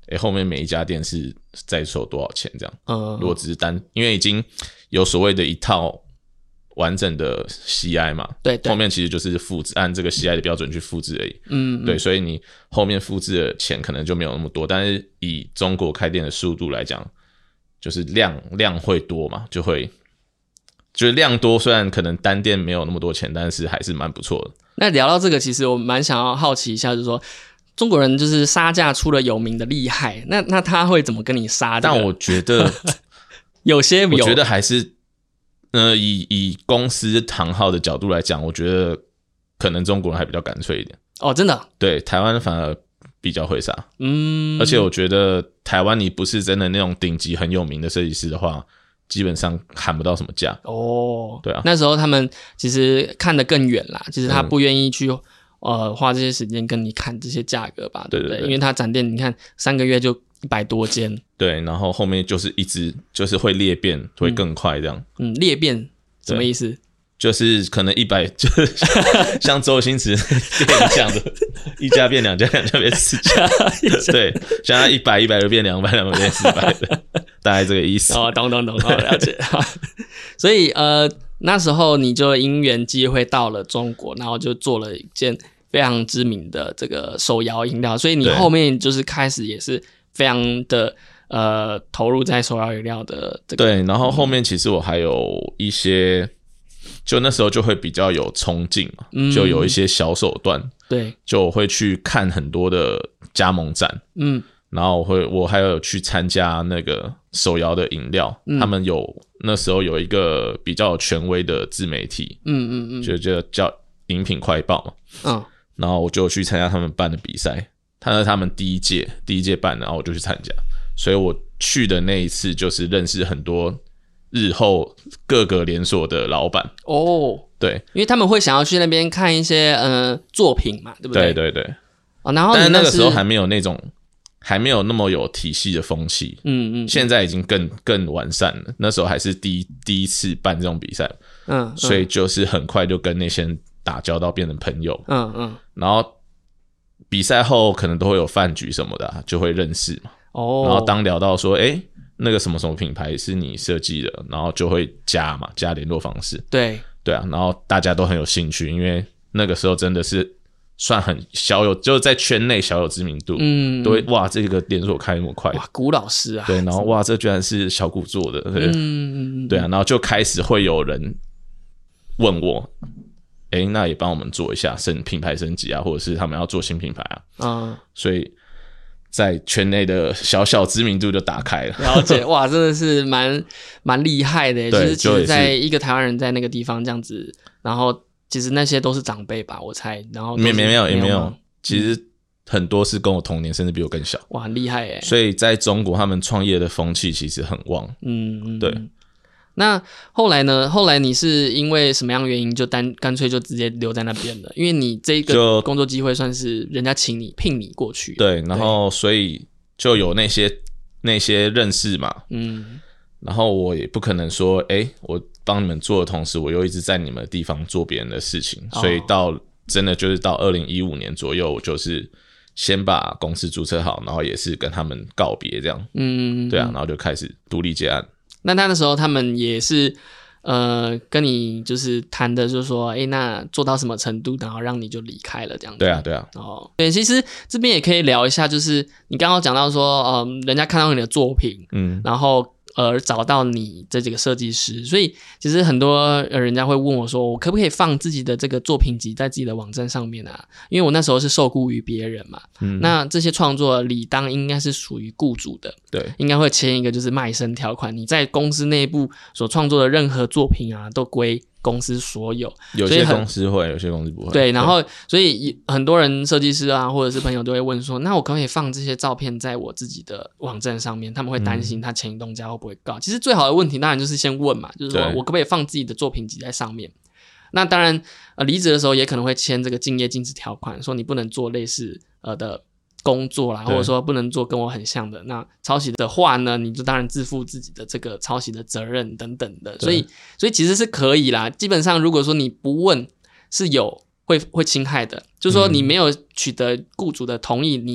S2: 后面每一家店是在收多少钱这样。如果只是因为已经有所谓的一套完整的 CI 嘛，
S1: 对，
S2: 后面其实就是复制，按这个 CI 的标准去复制而已。对，所以你后面复制的钱可能就没有那么多，但是以中国开店的速度来讲，就是量会多嘛，就是量多，虽然可能单店没有那么多钱，但是还是蛮不错的。
S1: 那聊到这个，其实我蛮想要好奇一下，就是说中国人就是杀价出了有名的厉害，那他会怎么跟你杀这个？
S2: 但我觉得
S1: 我觉
S2: 得还是以公司行号的角度来讲，我觉得可能中国人还比较干脆一点。
S1: 哦，真的？
S2: 对，台湾反而比较会杀。而且我觉得台湾你不是真的那种顶级很有名的设计师的话，基本上喊不到什么价。对啊，
S1: 那时候他们其实看得更远啦，其实他不愿意去花这些时间跟你看这些价格吧，对不对？因为他展店你看3个月就100多间，
S2: 对，然后后面就是一直就是会裂变，会更快这样。
S1: 裂变什么意思？
S2: 就是可能100，就是像周星驰电影讲的，一家变2家，2家变4家，对，像他100就变200变400的，大概这个意思。
S1: 懂，了解。所以那时候你就因缘机会到了中国，然后就做了一件非常知名的这个手摇饮料，所以你后面就是开始也是非常的投入在手摇饮料的这个。
S2: 对，然后后面其实我还有一些。就那时候就会比较有冲劲嘛，就有一些小手段，
S1: 对，
S2: 就我会去看很多的加盟展，然后我还有去参加那个手摇的饮料，他们那时候有一个比较权威的自媒体，就叫饮品快报嘛，然后我就去参加他们办的比赛，他们第一届办的，然后我就去参加，所以我去的那一次就是认识很多日后各个连锁的老板对，
S1: 因为他们会想要去那边看一些作品嘛，对不对？
S2: 对。
S1: 然后
S2: 但是那个时候还没有那么有体系的风气，现在已经更完善了。那时候还是第一次办这种比赛，所以就是很快就跟那些人打交道，变成朋友，然后比赛后可能都会有饭局什么的，就会认识嘛，然后当聊到说，那个什么什么品牌是你设计的，然后就会加联络方式。对啊，然后大家都很有兴趣，因为那个时候真的是算很小有，就是在圈内小有知名度，都会哇，这个连锁开那么快，
S1: 哇，古老师啊，
S2: 对，然后哇，这居然是小古做的，对啊，然后就开始会有人问我，那也帮我们做一下品牌升级啊，或者是他们要做新品牌啊，所以。在圈内的小知名度就打开了，
S1: 了解。哇，真的是蛮厉害的，就是其实在一个台湾人在那个地方这样子，然后其实那些都是长辈吧，我猜，然后
S2: 也没有，其实很多是跟我同年，甚至比我更小。
S1: 哇，很厉害耶！
S2: 所以在中国，他们创业的风气其实很旺。对。
S1: 那后来呢？后来你是因为什么样的原因就干脆就直接留在那边了？因为你这个工作机会算是人家聘你过去。
S2: 对，然后所以就有那些认识嘛。然后我也不可能说，我帮你们做的同时，我又一直在你们的地方做别人的事情，所以真的就是到2015年左右，我就是先把公司注册好，然后也是跟他们告别这样。对啊，然后就开始独立接案。
S1: 那那时候他们也是跟你就是谈的，就是说那做到什么程度，然后让你就离开了这样子。
S2: 对啊。
S1: 对，其实这边也可以聊一下，就是你刚刚讲到说人家看到你的作品，然后找到你这几个设计师，所以其实很多人家会问我说，我可不可以放自己的这个作品集在自己的网站上面啊？因为我那时候是受雇于别人嘛，那这些创作理当应该是属于雇主的，
S2: 对，
S1: 应该会签一个就是卖身条款，你在公司内部所创作的任何作品啊，都归公司所有。
S2: 有些公司会，有些公司不会。
S1: 对，然后所以很多人设计师啊，或者是朋友都会问说，那我可不可以放这些照片在我自己的网站上面？他们会担心他前一栋家会不会告。其实最好的问题当然就是先问嘛，就是说我可不可以放自己的作品集在上面？那当然离职的时候也可能会签这个竞业禁止条款，说你不能做类似的工作啦，或者说不能做跟我很像的。那抄袭的话呢，你就当然自负自己的这个抄袭的责任等等的。所以其实是可以啦。基本上如果说你不问，是会侵害的，就是说你没有取得雇主的同意，你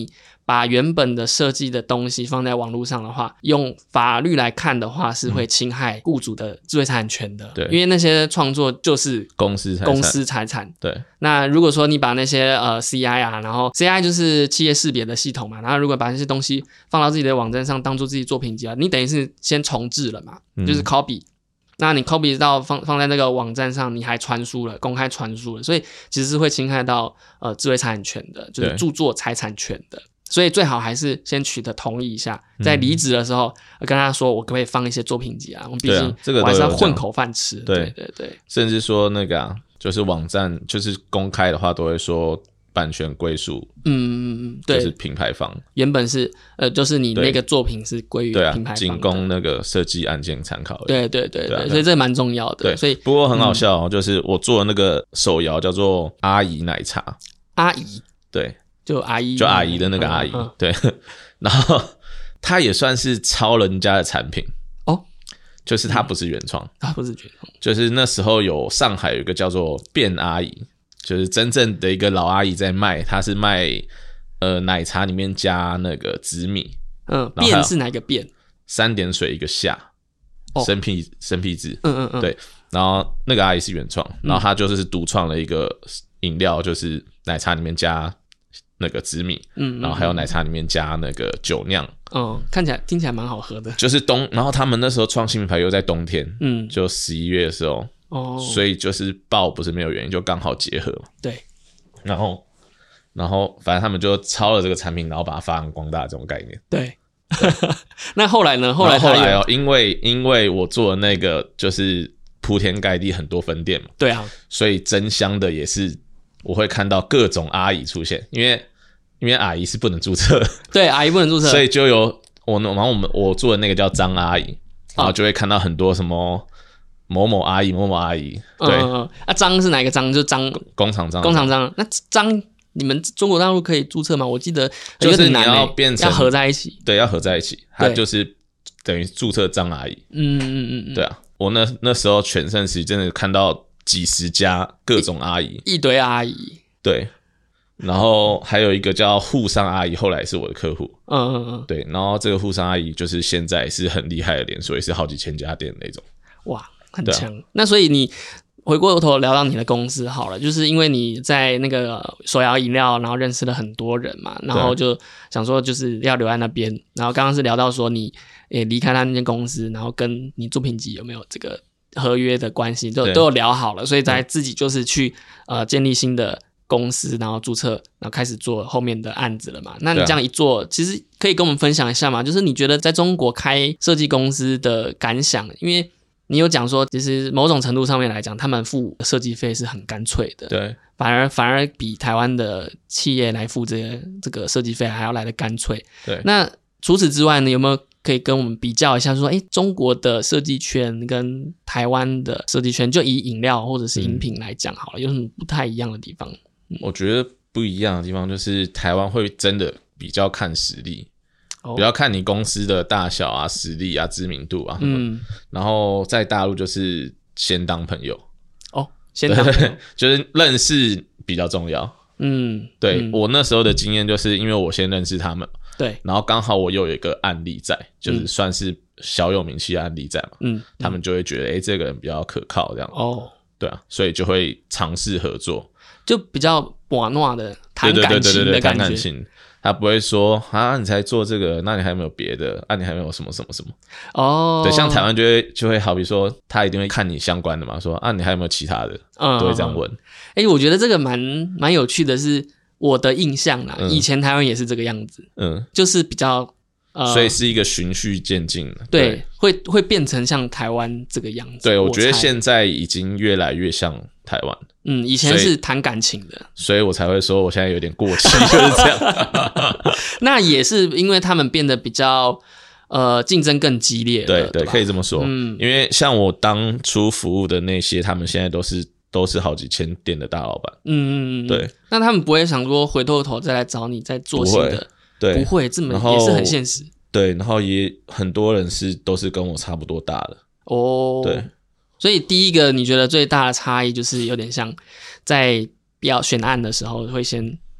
S1: 把原本的设计的东西放在网络上的话，用法律来看的话是会侵害雇主的智慧财产权的。对，因为那些创作就是公司财产。
S2: 对。
S1: 那如果说你把那些CI 啊，然后 CI 就是企业识别的系统嘛，然后如果把那些东西放到自己的网站上当做自己作品集啊，你等于是先重制了嘛，就是 copy。那你 copy 到放在那个网站上，你还传输了，公开传输了，所以其实是会侵害到智慧财产权的，就是著作财产权的。所以最好还是先取得同意一下，在离职的时候跟他说，我可不可以放一些作品集啊？我们毕竟我还是要混口饭吃。对，
S2: 甚至说那个就是网站就是公开的话，都会说版权归属，对，就是品牌方。
S1: 原本是就是你那个作品是归于品牌方的，
S2: 仅供那个设计案件参考。
S1: 对，所以这蛮重要的。对，
S2: 所以不过很好笑就是我做的那个手摇叫做阿姨奶茶。
S1: 阿姨，
S2: 对。
S1: 就阿姨
S2: 的那个阿姨，对，然后他也算是抄人家的产品
S1: 哦，
S2: 就是他不是原创，
S1: 他不是原创，
S2: 就是那时候上海有一个叫做卞阿姨，就是真正的一个老阿姨在卖，她是卖奶茶里面加那个紫米，
S1: 卞是哪个卞
S2: ？3点水一个下，生僻字，对，然后那个阿姨是原创，然后她就是独创了一个饮料，就是奶茶里面加那个紫米，然后还有奶茶里面加那个酒酿，
S1: 听起来蛮好喝的。
S2: 就是然后他们那时候创新品牌又在冬天，就11月的时候，所以就是爆不是没有原因，就刚好结合嘛。
S1: 对，
S2: 然后反正他们就抄了这个产品，然后把它发扬光大这种概念。
S1: 对，那后来呢？后来
S2: 因为我做的那个就是铺天盖地很多分店嘛，
S1: 对啊，
S2: 所以争相的也是。我会看到各种阿姨出现，因为阿姨是不能注册的，
S1: 对，阿姨不能注册，
S2: 所以就有然后我做的那个叫张阿姨，然后就会看到很多什么某某阿姨、某某阿姨，对，
S1: 张是哪个张？就张
S2: 工厂张，
S1: 那张你们中国大陆可以注册吗？我记得
S2: 就是你要变成
S1: 要合在一起，
S2: 对，要合在一起，它就是等于注册张阿姨，对啊，我那时候全盛时真的看到。几十家各种阿姨，
S1: 一堆阿姨，
S2: 对，然后还有一个叫沪商阿姨，后来是我的客户，对，然后这个沪商阿姨就是现在是很厉害的连锁，也是好几千家店的那种，
S1: 哇，很强。那所以你回过头聊到你的公司好了，就是因为你在那个手摇饮料，然后认识了很多人嘛，然后就想说就是要留在那边，然后刚刚是聊到说你也离开他那间公司，然后跟你作品集有没有这个合约的关系都有聊好了，所以才自己就是去建立新的公司，然后注册，然后开始做后面的案子了嘛。那你这样一做，其实可以跟我们分享一下嘛，就是你觉得在中国开设计公司的感想，因为你有讲说，其实某种程度上面来讲，他们付设计费是很干脆的，
S2: 对，
S1: 反而比台湾的企业来付这个设计费还要来得干脆。
S2: 对，
S1: 那除此之外呢，有没有可以跟我们比较一下说中国的设计圈跟台湾的设计圈，就以饮料或者是饮品来讲好了，有什么不太一样的地方？
S2: 我觉得不一样的地方就是台湾会真的比较看实力，比较看你公司的大小啊、实力啊、知名度啊什么，然后在大陆就是先当朋友
S1: 先当朋友
S2: 就是认识比较重要。对，我那时候的经验就是因为我先认识他们，
S1: 对，
S2: 然后刚好我又有一个案例在，就是算是小有名气的案例在嘛，他们就会觉得这个人比较可靠这样，对啊，所以就会尝试合作，
S1: 就比较玩闹的谈感情的感觉，谈感情，
S2: 他不会说你才做这个，那你还有没有别的？你还有没有什么什么什么？对，像台湾就会好比说，他一定会看你相关的嘛，说你还有没有其他的？都会这样问。
S1: 我觉得这个蛮有趣的是，我的印象啦，以前台湾也是这个样子，就是比较
S2: 所以是一个循序渐进的，
S1: 对，会变成像台湾这个样子。
S2: 对，我觉得现在已经越来越像台湾。
S1: 以前是谈感情的，
S2: 所以我才会说我现在有点过气，就是这样。
S1: 那也是因为他们变得比较竞争更激烈了，
S2: 对，可以这么说。因为像我当初服务的那些，他们现在都是好几千店的大老板。对。
S1: 那他们不会想说回过头再来找你再做新的？
S2: 对，
S1: 不会，这么也是很现实。
S2: 对，然后也很多人都是跟我差不多大的。对。
S1: 所以第一个你觉得最大的差异就是有点像在要选案的时候会先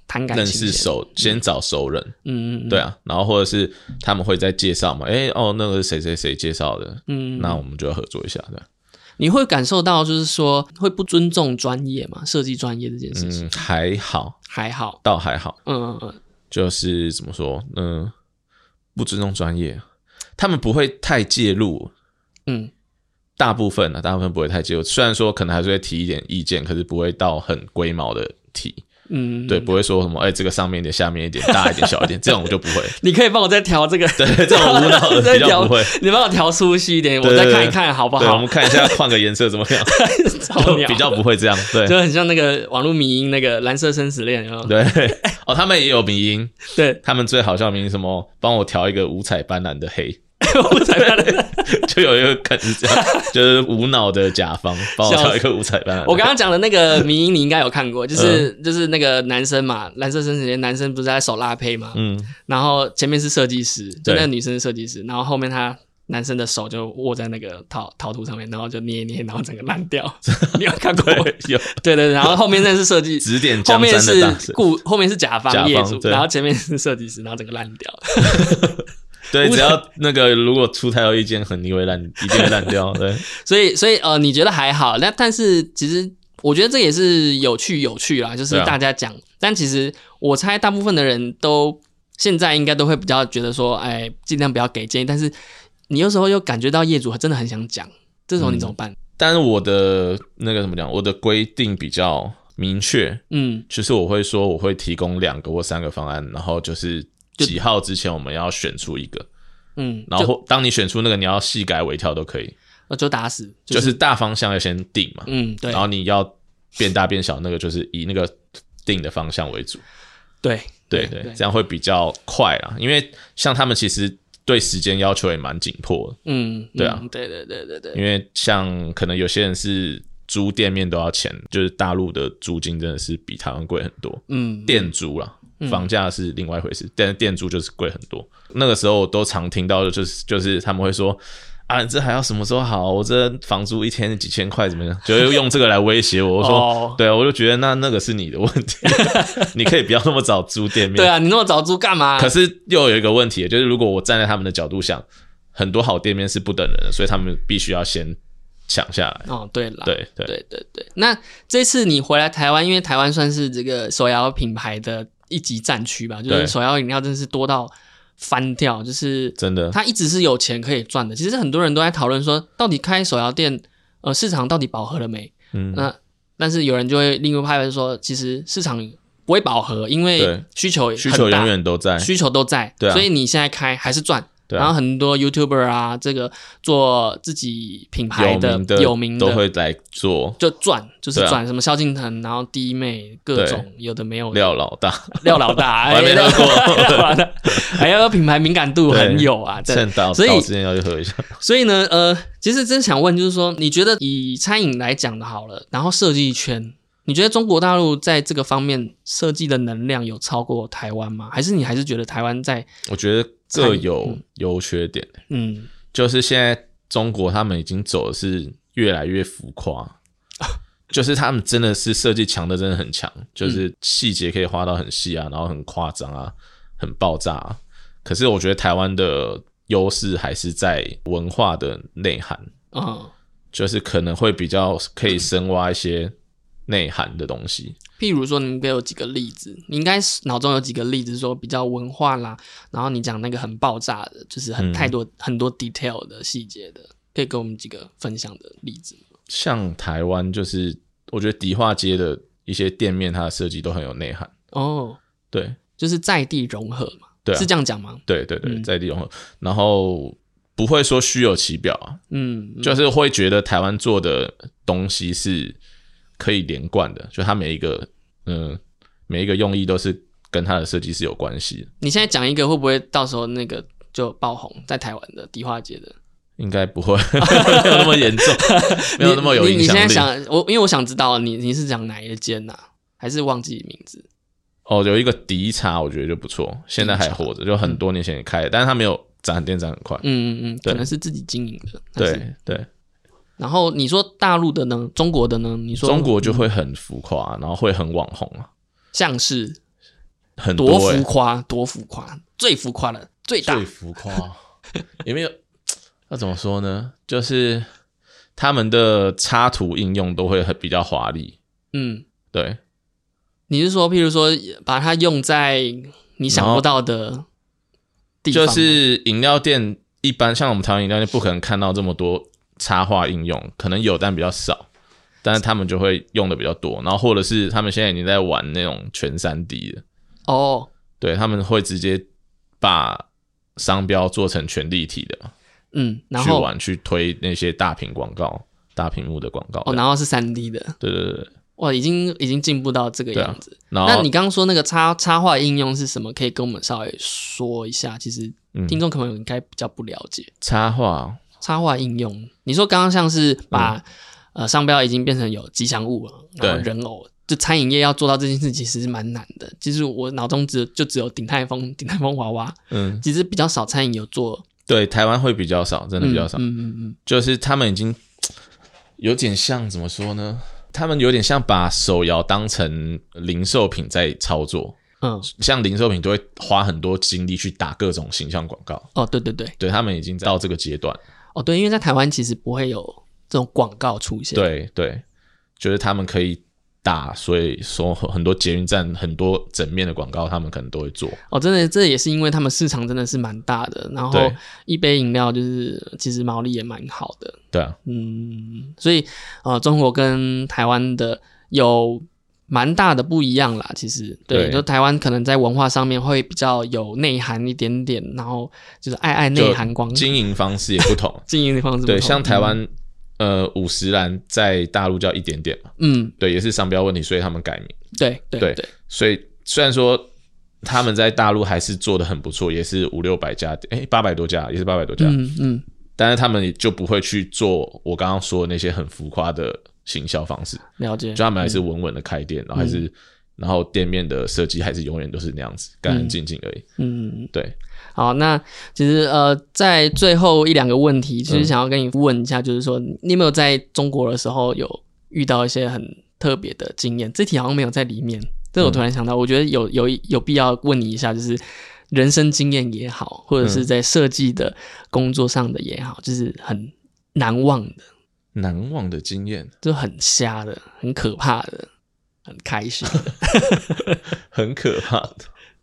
S1: 谈感情
S2: 认识先找熟人，对啊，然后或者是他们会再介绍嘛，那个是谁谁谁介绍的，那我们就要合作一下，对。
S1: 你会感受到就是说会不尊重专业嘛？设计专业这件事情，
S2: 还好，倒还好，就是怎么说，不尊重专业，他们不会太介入，大部分不会太介入，虽然说可能还是会提一点意见，可是不会到很龟毛的提。对，不会说什么这个上面一点下面一点大一点小一点这种我就不会。
S1: 你可以帮我再调这个，
S2: 对，这种无脑的比较不会。
S1: 你帮我调粗细一点，我再看一看好不好？
S2: 对，我们看一下换个颜色怎么样。比较不会这样，对，
S1: 就很像那个网络迷因那个蓝色生死恋，有没有？
S2: 对，他们也有迷因，
S1: 对，
S2: 他们最好笑的迷因什么？帮我调一个五彩斑斓的黑。
S1: 五彩斑斓
S2: 就有一个梗是这样，就是无脑的甲方帮我调一个五彩斑斓。
S1: 我刚刚讲的那个迷因你应该有看过，就是那个男生嘛，蓝色生死恋男生不是在手拉胚嘛，然后前面是设计师，就那个女生是设计师，然后后面他男生的手就握在那个陶土上面，然后就捏一捏，然后整个烂掉。你有看过？
S2: 有。
S1: 对，然后后面那是设计
S2: 指点江山的大神，
S1: 后面是甲方业主，然后前面是设计师，然后整个烂掉。
S2: 对，只要那个如果出太有意见，一定会烂掉。对，
S1: 所以你觉得还好？但是其实我觉得这也是有趣啦，就是大家讲，但其实我猜大部分的人都现在应该都会比较觉得说，尽量不要给建议，但是你有时候又感觉到业主真的很想讲，这时候你怎么办？
S2: 但是我的那个怎么讲？我的规定比较明确，就是我会说我会提供2个或3个方案，然后就是几号之前我们要选出一个，然后当你选出那个，你要细改微调都可以，
S1: 就打死，
S2: 就是大方向要先定嘛，
S1: 对，
S2: 然后你要变大变小，那个就是以那个定的方向为主，
S1: 对，
S2: 这样会比较快啦，因为像他们其实对时间要求也蛮紧迫的，对啊，
S1: 对，
S2: 因为像可能有些人是租店面都要钱，就是大陆的租金真的是比台湾贵很多，店租啦。房价是另外一回事，但是店租就是贵很多。那个时候我都常听到的就是他们会说啊，你这还要什么时候好？我这房租一天几千块怎么样？就用这个来威胁我。我说对啊，我就觉得那个是你的问题，你可以不要那么早租店面。
S1: 对啊，你那么早租干嘛？
S2: 可是又有一个问题，就是如果我站在他们的角度想，很多好店面是不等人的，所以他们必须要先抢下来。
S1: 对啦，
S2: 对。
S1: 那这次你回来台湾，因为台湾算是这个手摇品牌的一级战区吧，就是手摇饮料真的是多到翻掉，就是
S2: 真的，
S1: 它一直是有钱可以赚的。其实很多人都在讨论说，到底开手摇店，市场到底饱和了没？但是有人就会另一派说，其实市场不会饱和，因为需求
S2: 永远都在，
S1: 需求都在，所以你现在开还是赚。然后很多 YouTuber 啊，这个做自己品牌的有名的
S2: 都会来做，
S1: 就赚，就是赚什么萧敬腾，然后弟妹各种有的没有的。
S2: 廖老大，
S1: 我
S2: 还没喝过，
S1: 还要品牌敏感度很有啊，
S2: 所以之前要去喝一下。
S1: 所以呢，其实真想问，就是说，你觉得以餐饮来讲的好了，然后设计圈，你觉得中国大陆在这个方面设计的能量有超过台湾吗？还是你还是觉得台湾在？
S2: 我觉得各有优缺点，就是现在中国他们已经走的是越来越浮夸，就是他们真的是设计强的真的很强，就是细节可以画到很细啊，然后很夸张啊，很爆炸啊。可是我觉得台湾的优势还是在文化的内涵，就是可能会比较可以深挖一些内涵的东西。
S1: 譬如说，你应该有几个例子，你应该脑中有几个例子，说比较文化啦，然后你讲那个很爆炸的，就是很多 detail 的细节的，可以给我们几个分享的例子吗？
S2: 像台湾，就是我觉得迪化街的一些店面，它的设计都很有内涵。对，
S1: 就是在地融合嘛，
S2: 对啊，
S1: 是这样讲吗？
S2: 对，在地融合，然后不会说虚有其表啊，就是会觉得台湾做的东西是可以连贯的，就它每一个用意都是跟它的设计是有关系的。你
S1: 现在讲一个，会不会到时候那个就爆红在台湾的迪化街的？
S2: 应该不会，没有那么严重，没有那么有影响力。
S1: 你现在想，因为我想知道你是讲哪一间啊？还是忘记名字？
S2: 有一个迪茶，我觉得就不错，现在还活着，就很多年前也开了，但是他没有展店展很快。可能是自己经营的。 对。
S1: 然后你说大陆的呢？中国的呢？你说
S2: 中国就会很浮夸，然后会很网红啊，
S1: 像是
S2: 很多
S1: 多浮夸，最浮夸的，最大，
S2: 最浮夸，有没有？要怎么说呢？就是他们的插图应用都会比较华丽。对。
S1: 你是说，譬如说，把它用在你想不到的地方？
S2: 就是饮料店一般，像我们台湾饮料店不可能看到这么多插画应用，可能有但比较少。但是他们就会用的比较多，然后或者是他们现在已经在玩那种全 3D 了。对，他们会直接把商标做成全立体的，
S1: 然后
S2: 去推那些大屏广告、大屏幕的广告。
S1: 然后是 3D 的。
S2: 对。
S1: 哇，已经进步到这个样子。那你刚刚说那个插画应用是什么？可以跟我们稍微说一下。其实听众可能应该比较不了解
S2: 插画
S1: 应用。你说刚刚像是把商标已经变成有吉祥物了，然后人偶，就餐饮业要做到这件事其实是蛮难的。其实我脑中只有鼎泰丰娃娃，其实比较少餐饮有做。
S2: 对，台湾会比较少，真的比较少。就是他们已经有点像怎么说呢？他们有点像把手摇当成零售品在操作。像零售品都会花很多精力去打各种形象广告。对，他们已经到这个阶段。
S1: 对，因为在台湾其实不会有这种广告出现。
S2: 对，就是他们可以打，所以说很多捷运站很多整面的广告他们可能都会做。
S1: 真的，这也是因为他们市场真的是蛮大的，然后一杯饮料就是其实毛利也蛮好的。
S2: 对啊。
S1: 所以中国跟台湾的有蛮大的不一样啦。其实对，就台湾可能在文化上面会比较有内涵一点点，然后就是爱内涵光，
S2: 经营方式也不同。对，像台湾50兰在大陆叫一点点嘛。对，也是商标问题，所以他们改名。对，所以虽然说他们在大陆还是做得很不错，也是500-600家，800多家，也是800多家。但是他们就不会去做我刚刚说的那些很浮夸的行销方式。
S1: 了解。
S2: 就他们还是稳稳的开店，然后店面的设计还是永远都是那样子，干干净净而已。对。
S1: 好，那其实在最后1-2个问题，其实想要跟你问一下，就是说你有没有在中国的时候有遇到一些很特别的经验？这题好像没有在里面，这我突然想到，我觉得有必要问你一下，就是人生经验也好，或者是在设计的工作上的也好，就是很难忘的
S2: 经验，
S1: 就很瞎的、很可怕的、很开心的
S2: 很可怕的。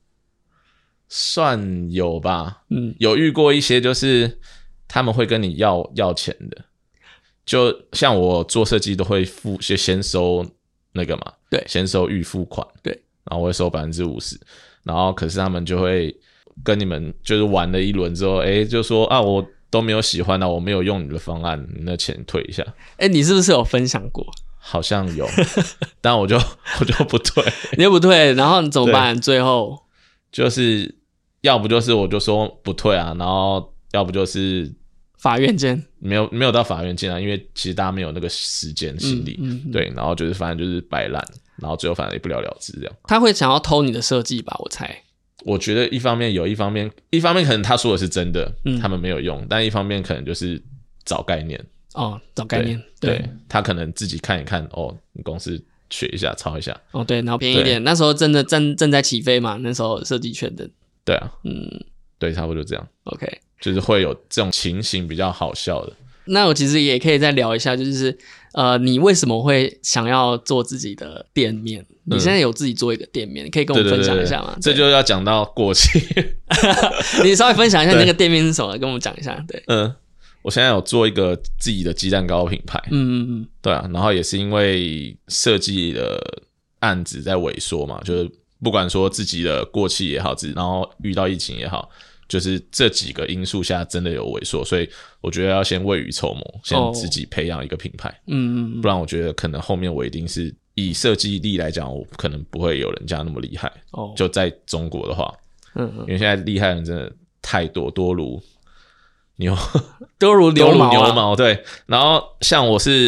S2: 算有吧。有遇过一些就是他们会跟你要钱的，就像我做设计都会先收那个嘛。
S1: 对，
S2: 先收预付款。对，然后我会收 50%， 然后可是他们就会跟你们就是玩了一轮之后，就说我都没有喜欢我没有用你的方案，你那钱退一下。
S1: 你是不是有分享过？
S2: 好像有。但我就不退。
S1: 你又不退，然后你怎么办？最后
S2: 就是要不就是我就说不退啊，然后要不就是
S1: 法院见。
S2: 没有到法院见啊，因为其实大家没有那个时间心力。对，然后就是反正就是摆烂，然后最后反正也不了了之这样。他
S1: 会想要偷你的设计吧，我猜。
S2: 我觉得一方面可能他说的是真的，他们没有用，但一方面可能就是找概念。
S1: 找概念。
S2: 对，他可能自己看一看，你公司学一下抄一下。
S1: 对，然后便宜一点。那时候真的正在起飞嘛，那时候设计圈的。
S2: 对啊。对，差不多就这样。
S1: OK， 就是
S2: 会有这种情形比较好笑的。
S1: 那我其实也可以再聊一下，就是你为什么会想要做自己的店面？你现在有自己做一个店面，可以跟我分享一下吗？
S2: 这就要讲到过期。
S1: 你稍微分享一下你那个店面是什么，跟我们讲一下。对，
S2: 我现在有做一个自己的鸡蛋糕品牌。对啊，然后也是因为设计的案子在萎缩嘛，就是不管说自己的过气也好，然后遇到疫情也好，就是这几个因素下真的有萎缩，所以我觉得要先未雨绸缪，先自己培养一个品牌。不然我觉得可能后面我一定是以设计力来讲，我可能不会有人家那么厉害。就在中国的话，因为现在厉害的人真的太多，多如牛毛。对，然后像我是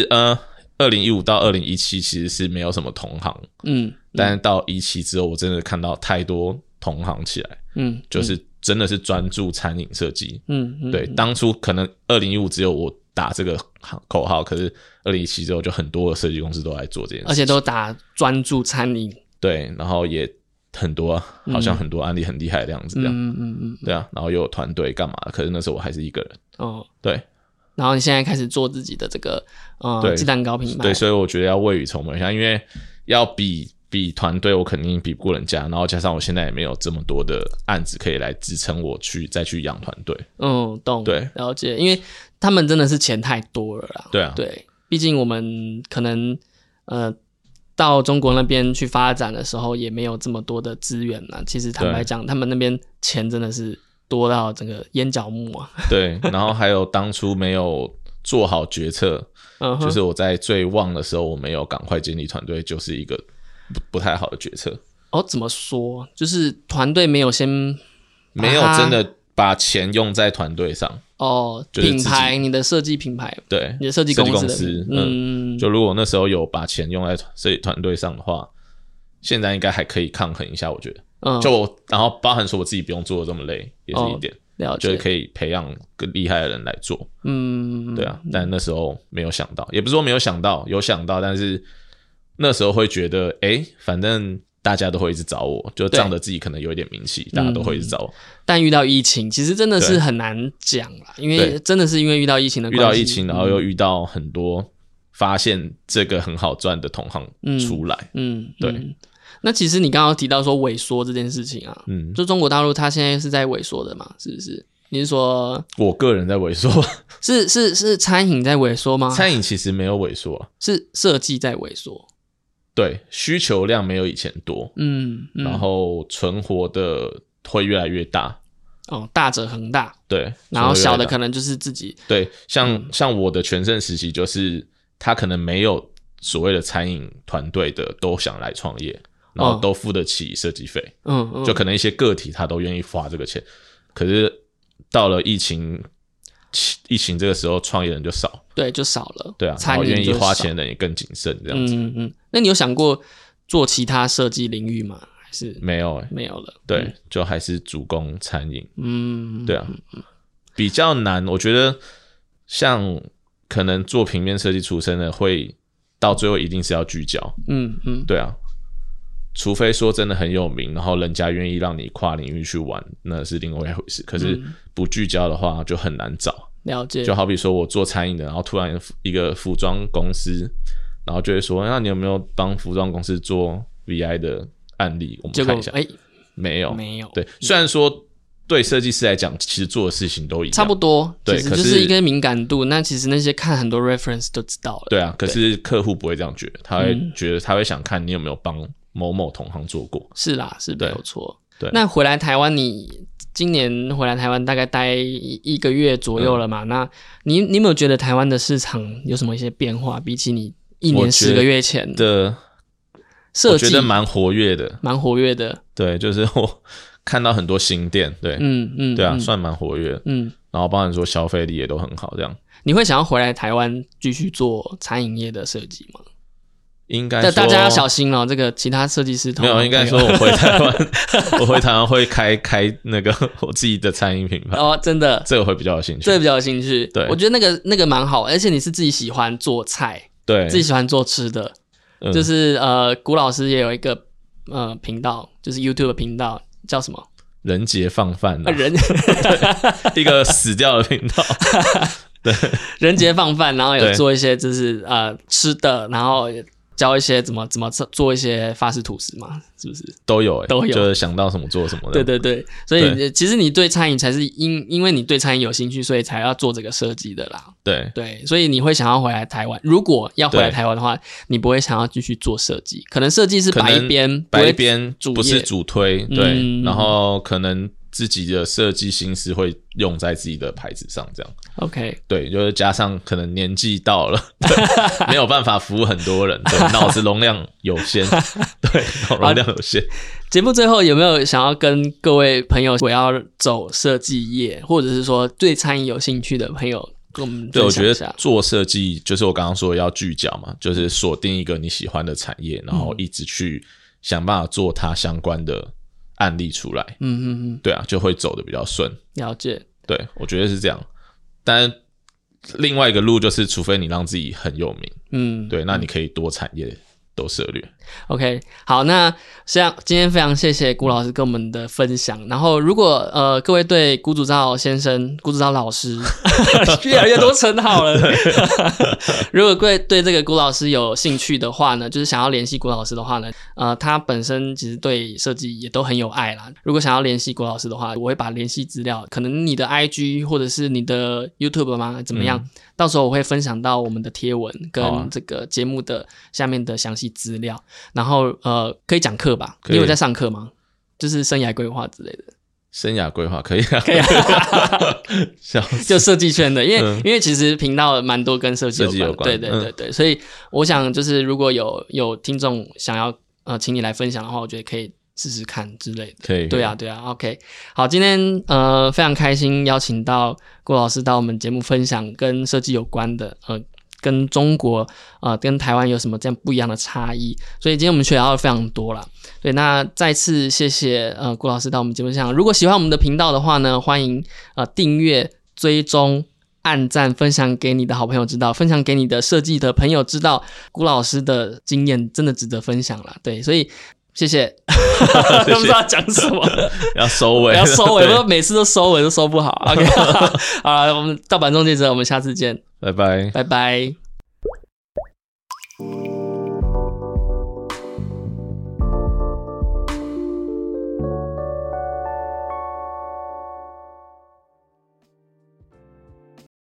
S2: 2015到2017其实是没有什么同行。但是到17之后，我真的看到太多同行起来。就是真的是专注餐饮设计。对，当初可能2015只有我打这个口号，可是2017之后就很多的设计公司都来做这件事情，
S1: 而且都打专注餐饮。
S2: 对，然后也很多啊，好像很多案例很厉害的样子这样。对啊，然后又有团队干嘛的，可是那时候我还是一个人。对。
S1: 然后你现在开始做自己的这个鸡蛋糕品牌。
S2: 对，所以我觉得要未雨绸缪一下，因为要比团队我肯定比不过人家，然后加上我现在也没有这么多的案子可以来支撑我再去养团队。
S1: 懂。
S2: 对，
S1: 了解，因为他们真的是钱太多了啦。
S2: 对啊，
S1: 对，毕竟我们可能到中国那边去发展的时候也没有这么多的资源啦。其实坦白讲，他们那边钱真的是多到整个眼角目啊。
S2: 对，然后还有当初没有做好决策，就是我在最旺的时候我没有赶快建立团队，就是一个不太好的决策。
S1: 怎么说？就是团队没有
S2: 没有真的把钱用在团队上。
S1: 就是品牌，你的设计品牌，
S2: 对，
S1: 你的设计公
S2: 司，就如果那时候有把钱用在设计团队上的话，现在应该还可以抗衡一下，我觉得。然后包含说我自己不用做的这么累，也是一点。就是可以培养更厉害的人来做。对啊，但那时候没有想到，也不是说没有想到，有想到，但是那时候会觉得，反正大家都会一直找我，就仗着自己可能有一点名气，大家都会一直找我。
S1: 但遇到疫情，其实真的是很难讲啦，因为真的是因为遇到疫情的关系，
S2: 遇到疫情，然后又遇到很多发现这个很好赚的同行出来。对。
S1: 那其实你刚刚提到说萎缩这件事情啊，就中国大陆它现在是在萎缩的嘛，是不是？你是说
S2: 我个人在萎缩？
S1: 是餐饮在萎缩吗？
S2: 餐饮其实没有萎缩啊，
S1: 是设计在萎缩。
S2: 对，需求量没有以前多，然后存活的会越来越大。
S1: 大者恒大。
S2: 对，
S1: 然后小的可能就是自己。
S2: 对，像我的全盛时期，就是他可能没有所谓的餐饮团队的都想来创业。然后都付得起设计费，就可能一些个体他都愿意花这个钱，可是到了疫情这个时候，创业人就少，
S1: 对，就少了，
S2: 对啊，然后愿意花钱的人也更谨慎，这样子。
S1: 那你有想过做其他设计领域吗？还是
S2: 没有
S1: 没有了？
S2: 对，就还是主攻餐饮。对啊，比较难，我觉得像可能做平面设计出身的，会到最后一定是要聚焦。对啊。除非说真的很有名，然后人家愿意让你跨领域去玩，那是另外一回事。可是不聚焦的话，就很难找。
S1: 了解。
S2: 就好比说我做餐饮的，然后突然一个服装公司，然后就会说，那你有没有帮服装公司做 VI 的案例？我们看一下。没有。对，虽然说对设计师来讲，其实做的事情都一样，
S1: 差不多。
S2: 对，
S1: 其实就是一个敏感度。那其实那些看很多 reference 都知道了。
S2: 对啊，可是客户不会这样觉得，他会觉得他会想看你有没有帮某某同行做过。
S1: 是啦，是没有错。
S2: 对，
S1: 那回来台湾，你今年回来台湾大概待1个月左右了嘛？那你有没有觉得台湾的市场有什么一些变化？比起你1年10个月前
S2: 的设计，我觉得蛮活跃的。对，就是我看到很多新店，对，对啊，算蛮活跃的。然后包含说消费力也都很好，这样。
S1: 你会想要回来台湾继续做餐饮业的设计吗？
S2: 应该说
S1: 大家要小心哦，这个其他设计师
S2: 没有，应该说我回台湾，会开那个我自己的餐饮品牌。
S1: 真的，
S2: 这个会比较有兴趣。
S1: 这个比较有兴趣。
S2: 对，
S1: 我觉得那个蛮好，而且你是自己喜欢做菜，
S2: 对，
S1: 自己喜欢做吃的。就是古老师也有一个频道，就是 YouTube 频道，叫什么？
S2: 人杰放饭一个死掉的频道。对，
S1: 人杰放饭，然后有做一些就是吃的，然后教一些怎么做一些法式吐司嘛，是不是？
S2: 都有就是想到什么做什么的。
S1: 对，所以其实你对餐饮才是因为你对餐饮有兴趣，所以才要做这个设计的啦。对，所以你会想要回来台湾。如果要回来台湾的话，你不会想要继续做设计，可能设计是摆一边，
S2: 不是主推。对，然后可能自己的设计心思会用在自己的牌子上，这样。
S1: OK，
S2: 对，就是加上可能年纪到了，没有办法服务很多人，对，脑子容量有限，对，容量有限。
S1: 节目最后有没有想要跟各位朋友，我要走设计业，或者是说对餐饮有兴趣的朋友，跟我们分享一下？
S2: 对，我觉得做设计就是我刚刚说的要聚焦嘛，就是锁定一个你喜欢的产业，然后一直去想办法做它相关的案例出来。对啊，就会走得比较顺。
S1: 了解。
S2: 对，我觉得是这样。但另外一个路就是，除非你让自己很有名，对，那你可以多产业都涉略。
S1: OK， 好，那今天非常谢谢辜老师跟我们的分享。然后，如果各位对辜祖照先生、辜祖照老师越来越多称号了，如果各位对这个辜老师有兴趣的话呢，就是想要联系辜老师的话呢，他本身其实对设计也都很有爱啦。如果想要联系辜老师的话，我会把联系资料，可能你的 IG 或者是你的 YouTube 吗？怎么样？到时候我会分享到我们的贴文跟这个节目的下面的详细资料。然后可以讲课吧？你有在上课吗？就是生涯规划之类的。
S2: 生涯规划可以啊，
S1: 可以啊，就设计圈的，因为其实频道蛮多跟设计有关，对，所以我想就是如果有听众想要请你来分享的话，我觉得可以试试看之类的。
S2: 可以，
S1: 对啊 ，OK， 好，今天非常开心邀请到郭老师到我们节目分享跟设计有关的跟中国跟台湾有什么这样不一样的差异，所以今天我们学到了非常多啦。对，那再次谢谢郭老师到我们节目上。如果喜欢我们的频道的话呢，欢迎订阅、追踪、按赞、分享给你的好朋友知道，分享给你的设计的朋友知道，郭老师的经验真的值得分享啦。对，所以谢谢。不知道讲什么，
S2: 要收尾，
S1: 不知道每次都收尾都收不好。OK， 好了，我们盗版终结者，我们下次见，
S2: 拜拜。